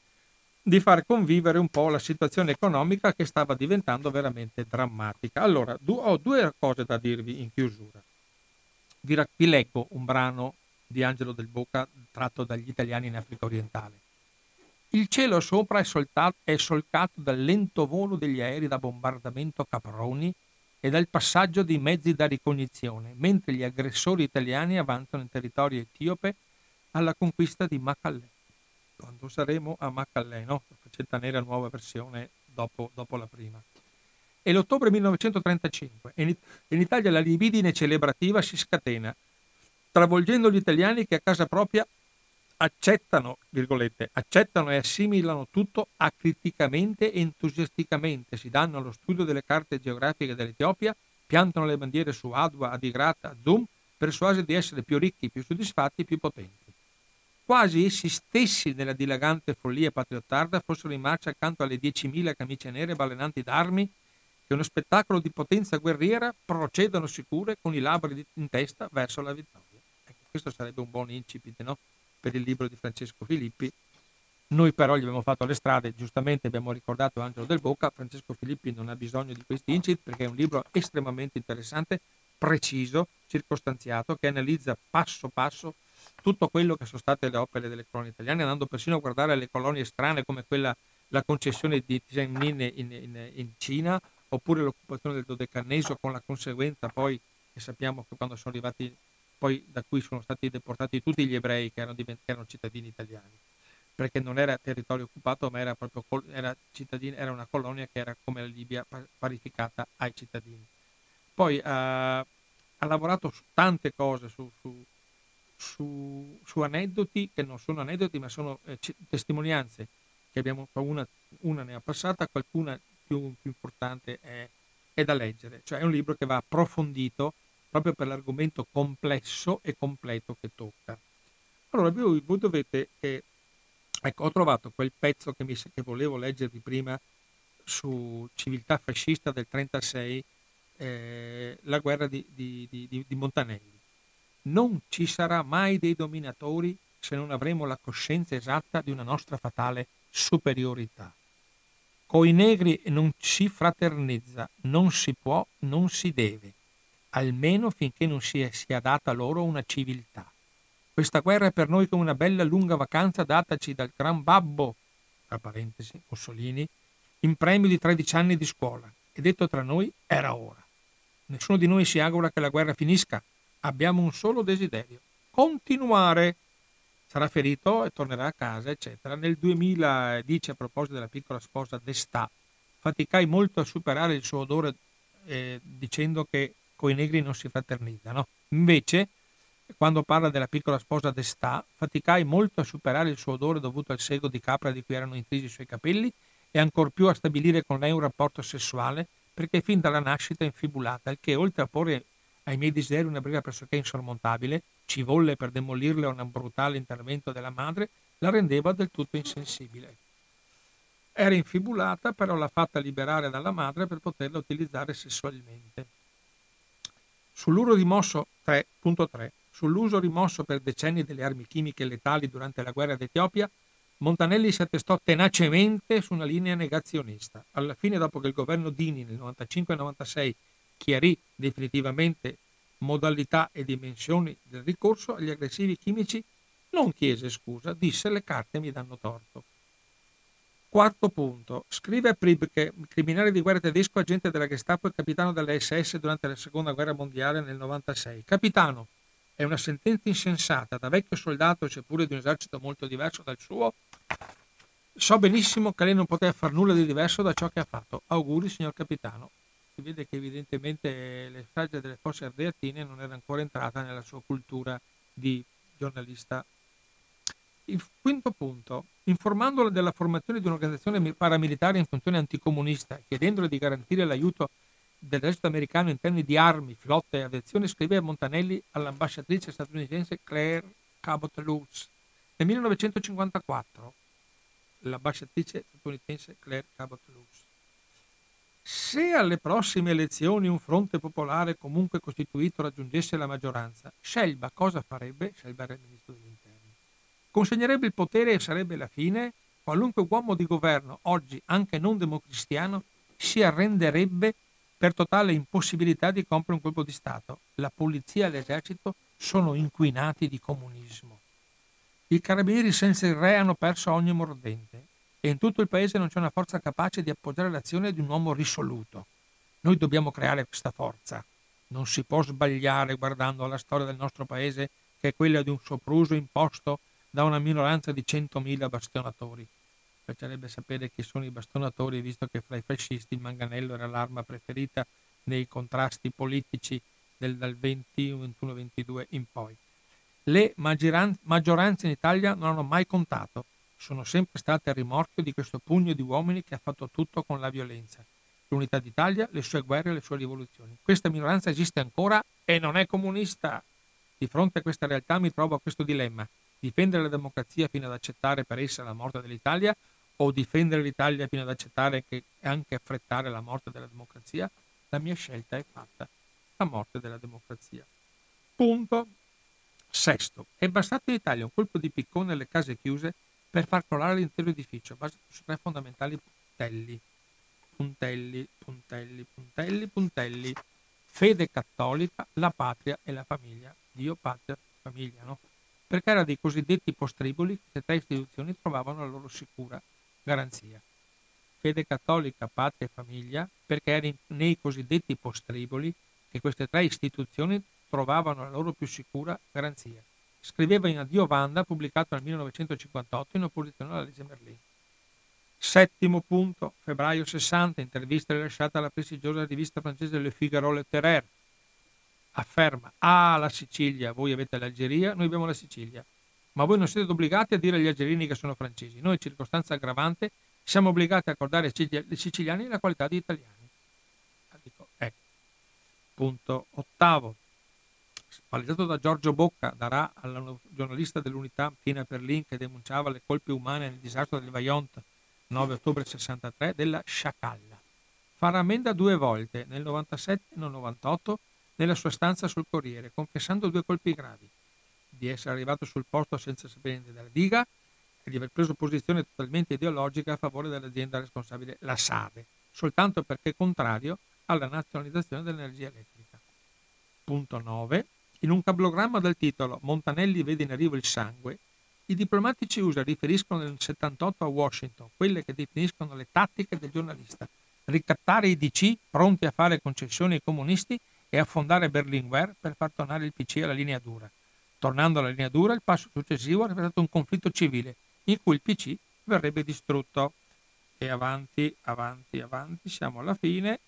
situazione economica, che stava diventando veramente drammatica. Allora, ho due cose da dirvi in chiusura. Vi leggo un brano di Angelo Del Boca tratto dagli Italiani in Africa Orientale. Il cielo sopra è solcato dal lento volo degli aerei da bombardamento Caproni e dal passaggio di mezzi da ricognizione, mentre gli aggressori italiani avanzano in territorio etiope alla conquista di Macallè. Quando saremo a Macallè, no? La Facetta Nera nuova versione dopo la prima. È l'ottobre 1935 e in Italia la libidine celebrativa si scatena, travolgendo gli italiani che a casa propria accettano e assimilano tutto acriticamente e entusiasticamente, si danno allo studio delle carte geografiche dell'Etiopia, piantano le bandiere su Adwa, Adigrat, Azum, persuasi di essere più ricchi, più soddisfatti, più potenti. Quasi essi stessi, nella dilagante follia patriottarda, fossero in marcia accanto alle 10.000 camicie nere balenanti d'armi che uno spettacolo di potenza guerriera procedono sicure con i labri in testa verso la vittoria. Ecco, questo sarebbe un buon incipit, no? Per il libro di Francesco Filippi. Noi però gli abbiamo fatto le strade, giustamente abbiamo ricordato Angelo Del Boca. Francesco Filippi non ha bisogno di questi incipit perché è un libro estremamente interessante, preciso, circostanziato, che analizza passo passo tutto quello che sono state le opere delle colonie italiane, andando persino a guardare le colonie strane come la concessione di Tiananmen in Cina, oppure l'occupazione del Dodecanneso, con la conseguenza poi che sappiamo che quando sono arrivati, poi da cui sono stati deportati tutti gli ebrei che erano cittadini italiani, perché non era territorio occupato ma era proprio era una colonia che era come la Libia, parificata ai cittadini. Poi ha lavorato su tante cose, su aneddoti che non sono aneddoti ma sono testimonianze che abbiamo. Una ne ha passata, qualcuna più importante è da leggere. Cioè è un libro che va approfondito proprio per l'argomento complesso e completo che tocca. Allora voi dovete ecco, ho trovato quel pezzo che volevo leggervi prima su Civiltà fascista del 36, la guerra di Montanelli. Non ci sarà mai dei dominatori se non avremo la coscienza esatta di una nostra fatale superiorità. Coi negri non si fraternizza, non si può, non si deve, almeno finché non sia data loro una civiltà. Questa guerra è per noi come una bella lunga vacanza dataci dal gran babbo, tra parentesi, Mussolini, in premio di 13 anni di scuola, e detto tra noi, era ora. Nessuno di noi si augura che la guerra finisca. Abbiamo un solo desiderio: continuare. sarà ferito e tornerà a casa, eccetera. Nel 2000 dice a proposito della piccola sposa d'Està: faticai molto a superare il suo odore dicendo che coi negri non si fraternizzano. Invece, quando parla della piccola sposa d'Està, faticai molto a superare il suo odore dovuto al sego di capra di cui erano intrisi i suoi capelli e ancor più a stabilire con lei un rapporto sessuale, perché fin dalla nascita è infibulata, il che, oltre a porre ai miei desideri una briga pressoché insormontabile, ci volle per demolirle un brutale intervento della madre, la rendeva del tutto insensibile. Era infibulata, però l'ha fatta liberare dalla madre per poterla utilizzare sessualmente. Sull'uso rimosso 3.3 Sull'uso rimosso per decenni delle armi chimiche letali durante la guerra d'Etiopia, Montanelli si attestò tenacemente su una linea negazionista. Alla fine, dopo che il governo Dini nel 95-96 chiarì definitivamente modalità e dimensioni del ricorso agli aggressivi chimici, non chiese scusa, disse: le carte mi danno torto. Quarto punto. Scrive a Pribke, criminale di guerra tedesco, agente della Gestapo e capitano della SS durante la seconda guerra mondiale nel 96. Capitano, è una sentenza insensata. Da vecchio soldato, seppure di un esercito molto diverso dal suo, so benissimo che lei non poteva far nulla di diverso da ciò che ha fatto. Auguri, signor capitano. Si vede che evidentemente le strage delle fosse ardeatine non era ancora entrata nella sua cultura di giornalista. Il quinto punto. Informandolo della formazione di un'organizzazione paramilitare in funzione anticomunista, chiedendole di garantire l'aiuto dell'esercito americano in termini di armi, flotta e aviazione, scrive a Montanelli all'ambasciatrice statunitense Claire Cabot Lutz. Nel 1954 l'ambasciatrice statunitense Claire Cabot Lutz: se alle prossime elezioni un fronte popolare comunque costituito raggiungesse la maggioranza, Scelba cosa farebbe? Scelba era il ministro degli interni. Consegnerebbe il potere e sarebbe la fine? Qualunque uomo di governo, oggi anche non democristiano, si arrenderebbe per totale impossibilità di compiere un colpo di Stato. La polizia e l'esercito sono inquinati di comunismo. I carabinieri senza il re hanno perso ogni mordente e in tutto il paese non c'è una forza capace di appoggiare l'azione di un uomo risoluto. Noi dobbiamo creare questa forza. Non si può sbagliare guardando alla storia del nostro paese, che è quella di un sopruso imposto da una minoranza di 100.000 bastionatori. Piacerebbe sapere chi sono i bastonatori, visto che fra i fascisti il manganello era l'arma preferita nei contrasti politici dal 21-22 in poi. Le maggioranze in Italia non hanno mai contato, sono sempre state a rimorchio di questo pugno di uomini che ha fatto tutto con la violenza. L'unità d'Italia, le sue guerre e le sue rivoluzioni. Questa minoranza esiste ancora e non è comunista. Di fronte a questa realtà mi trovo a questo dilemma: difendere la democrazia fino ad accettare per essa la morte dell'Italia, o difendere l'Italia fino ad accettare che anche affrettare la morte della democrazia? La mia scelta è fatta: la morte della democrazia. Punto. Sesto. È bastato in Italia un colpo di piccone alle case chiuse per far crollare l'intero edificio, basato su tre fondamentali puntelli. Puntelli. Fede cattolica, la patria e la famiglia. Dio, patria, famiglia, no? Perché era dei cosiddetti postriboli che le tre istituzioni trovavano la loro sicura garanzia. Fede cattolica, patria e famiglia, perché era nei cosiddetti postriboli che queste tre istituzioni trovavano la loro più sicura garanzia. Scriveva in Addio Vanda, pubblicato nel 1958 in opposizione alla legge Merlin. Settimo punto, febbraio 60, intervista rilasciata alla prestigiosa rivista francese Le Figaro Littéraire. Afferma: la Sicilia, voi avete l'Algeria, noi abbiamo la Sicilia, ma voi non siete obbligati a dire agli algerini che sono francesi. Noi, circostanza aggravante, siamo obbligati a accordare ai siciliani la qualità di italiani. Punto ottavo, spalleggiato da Giorgio Bocca, darà alla giornalista dell'Unità Tina Perlin, che denunciava le colpe umane nel disastro del Vajont 9 ottobre 63, della sciacalla. Farà ammenda 2 volte, nel 97 e nel 98, nella sua stanza sul Corriere, confessando 2 colpi gravi: di essere arrivato sul posto senza sapere della diga e di aver preso posizione totalmente ideologica a favore dell'azienda responsabile, la SADE, soltanto perché contrario alla nazionalizzazione dell'energia elettrica. Punto 9. In un cablogramma dal titolo Montanelli vede in arrivo il sangue, i diplomatici USA riferiscono nel 78 a Washington quelle che definiscono le tattiche del giornalista: ricattare i DC pronti a fare concessioni ai comunisti e affondare Berlinguer per far tornare il PC alla linea dura. Tornando alla linea dura, il passo successivo avrebbe stato un conflitto civile in cui il PC verrebbe distrutto. E avanti, siamo alla fine.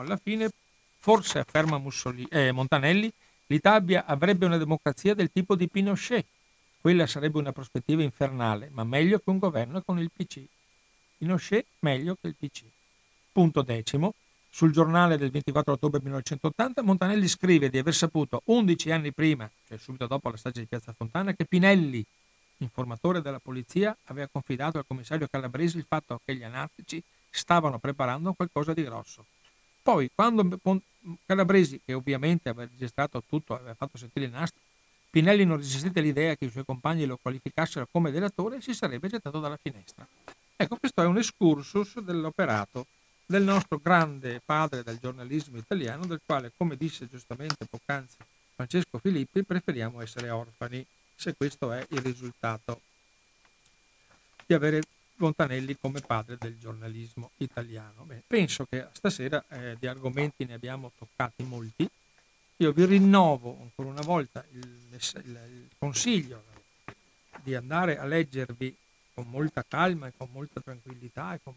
Forse, afferma Montanelli, l'Italia avrebbe una democrazia del tipo di Pinochet. Quella sarebbe una prospettiva infernale, ma meglio che un governo con il PC. Pinochet meglio che il PC. Punto 10. Sul giornale del 24 ottobre 1980 Montanelli scrive di aver saputo 11 anni prima, cioè subito dopo la strage di Piazza Fontana, che Pinelli, informatore della polizia, aveva confidato al commissario Calabresi il fatto che gli anarchici stavano preparando qualcosa di grosso. Poi, quando Calabresi, che ovviamente aveva registrato tutto, aveva fatto sentire il nastro, Pinelli non resistette all'idea che i suoi compagni lo qualificassero come delatore e si sarebbe gettato dalla finestra. Ecco, questo è un excursus dell'operato del nostro grande padre del giornalismo italiano, del quale, come disse giustamente poc'anzi Francesco Filippi, preferiamo essere orfani, se questo è il risultato di avere Montanelli come padre del giornalismo italiano. Bene, penso che stasera di argomenti ne abbiamo toccati molti. Io vi rinnovo ancora una volta il consiglio di andare a leggervi con molta calma e con molta tranquillità e con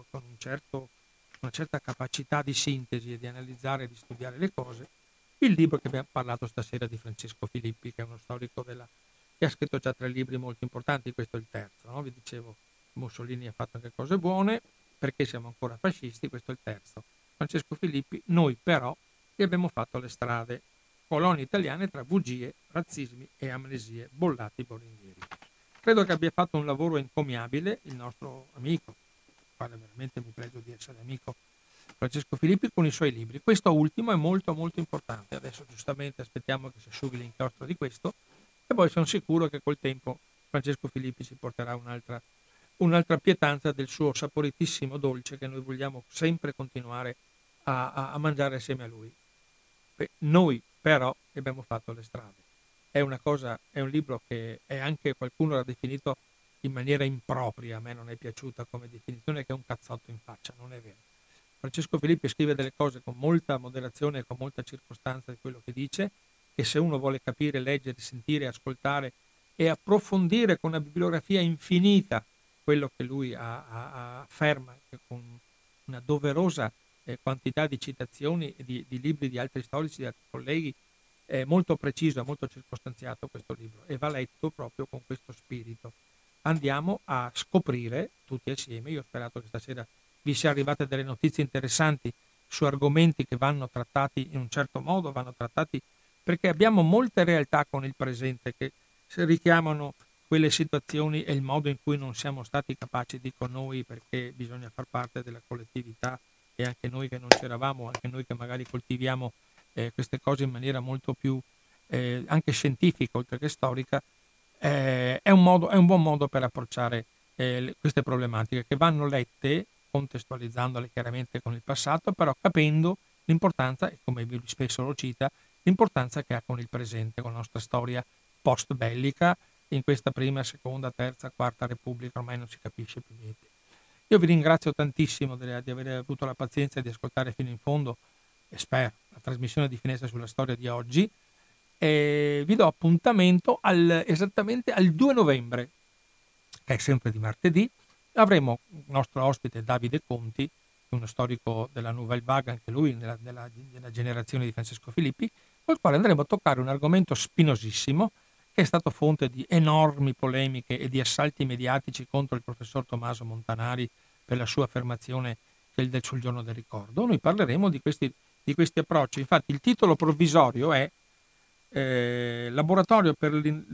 una certa capacità di sintesi e di analizzare e di studiare le cose, il libro che abbiamo parlato stasera di Francesco Filippi, che è uno storico che ha scritto già 3 libri molto importanti. Questo è il terzo, no? Vi dicevo, Mussolini ha fatto anche cose buone, perché siamo ancora fascisti, questo è il terzo. Francesco Filippi, noi però gli abbiamo fatto le strade, colonie italiane tra bugie, razzismi e amnesie, bollati Boringhieri. Credo che abbia fatto un lavoro encomiabile il nostro amico, quale veramente mi pregio di essere amico, Francesco Filippi, con i suoi libri. Questo ultimo è molto molto importante. Adesso giustamente aspettiamo che si asciughi l'inchiostro di questo e poi sono sicuro che col tempo Francesco Filippi ci porterà un'altra pietanza del suo saporitissimo dolce che noi vogliamo sempre continuare a mangiare assieme a lui. Noi però abbiamo fatto le strade. È un libro che è anche, qualcuno l'ha definito in maniera impropria, a me non è piaciuta come definizione, che è un cazzotto in faccia, non è vero. Francesco Filippi scrive delle cose con molta moderazione e con molta circostanza di quello che dice, che se uno vuole capire, leggere, sentire, ascoltare e approfondire con una bibliografia infinita quello che lui afferma, con una doverosa quantità di citazioni di libri di altri storici, di altri colleghi, è molto preciso, molto circostanziato questo libro e va letto proprio con questo spirito. Andiamo a scoprire tutti assieme, io ho sperato che stasera vi siano arrivate delle notizie interessanti su argomenti che vanno trattati in un certo modo, vanno trattati perché abbiamo molte realtà con il presente che richiamano quelle situazioni e il modo in cui non siamo stati capaci, dico noi, perché bisogna far parte della collettività e anche noi che non c'eravamo, anche noi che magari coltiviamo queste cose in maniera molto più anche scientifica oltre che storica, è un buon modo per approcciare queste problematiche che vanno lette contestualizzandole chiaramente con il passato, però capendo l'importanza, e come lui spesso lo cita, l'importanza che ha con il presente, con la nostra storia post bellica in questa prima, seconda, terza, quarta Repubblica, ormai non si capisce più niente. Io vi ringrazio tantissimo di aver avuto la pazienza di ascoltare fino in fondo, e spero, la trasmissione di Finestra sulla Storia di oggi, e vi do appuntamento esattamente al 2 novembre, che è sempre di martedì. Avremo il nostro ospite Davide Conti, uno storico della Nouvelle Vague, anche lui nella generazione di Francesco Filippi, col quale andremo a toccare un argomento spinosissimo che è stato fonte di enormi polemiche e di assalti mediatici contro il professor Tommaso Montanari per la sua affermazione sul giorno del ricordo. Noi parleremo di questi approcci. Infatti il titolo provvisorio è Laboratorio per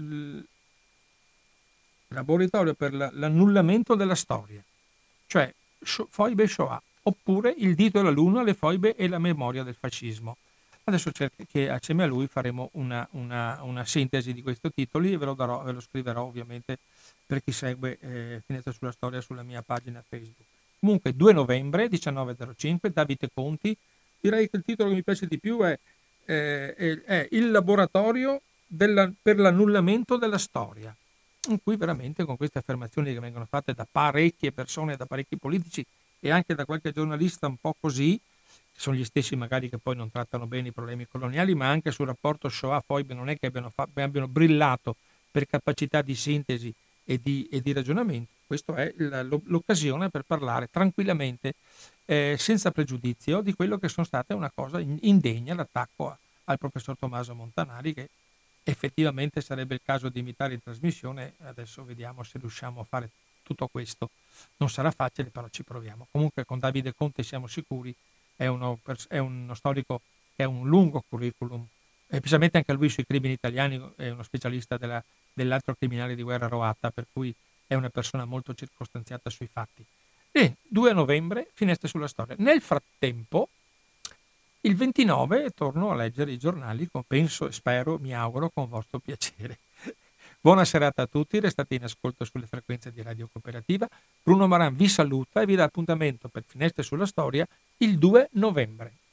l'annullamento della storia, cioè foibe e Shoah, oppure il dito e la luna, le foibe e la memoria del fascismo. Adesso che assieme a lui faremo una sintesi di questi titoli e ve lo scriverò ovviamente per chi segue Finestra sulla Storia sulla mia pagina Facebook. Comunque 2 novembre 19.05, Davide Conti. Direi che il titolo che mi piace di più è il laboratorio per l'annullamento della storia, in cui veramente con queste affermazioni che vengono fatte da parecchie persone, da parecchi politici e anche da qualche giornalista un po' così, sono gli stessi magari che poi non trattano bene i problemi coloniali, ma anche sul rapporto Shoah-Foibe non è che abbiano brillato per capacità di sintesi e di ragionamento. Questa è l'occasione per parlare tranquillamente, senza pregiudizio, di quello che sono state una cosa indegna, l'attacco al professor Tommaso Montanari, che effettivamente sarebbe il caso di imitare in trasmissione. Adesso vediamo se riusciamo a fare tutto questo. Non sarà facile, però ci proviamo. Comunque con Davide Conte siamo sicuri, è uno storico che ha un lungo curriculum, e specialmente anche lui sui crimini italiani, è uno specialista dell'altro criminale di guerra Roatta, per cui è una persona molto circostanziata sui fatti. E 2 novembre, Finestre sulla Storia. Nel frattempo, il 29 torno a leggere i giornali, penso, spero, mi auguro, con vostro piacere. Buona serata a tutti, restate in ascolto sulle frequenze di Radio Cooperativa. Bruno Maran vi saluta e vi dà appuntamento per Finestre sulla Storia il 2 novembre.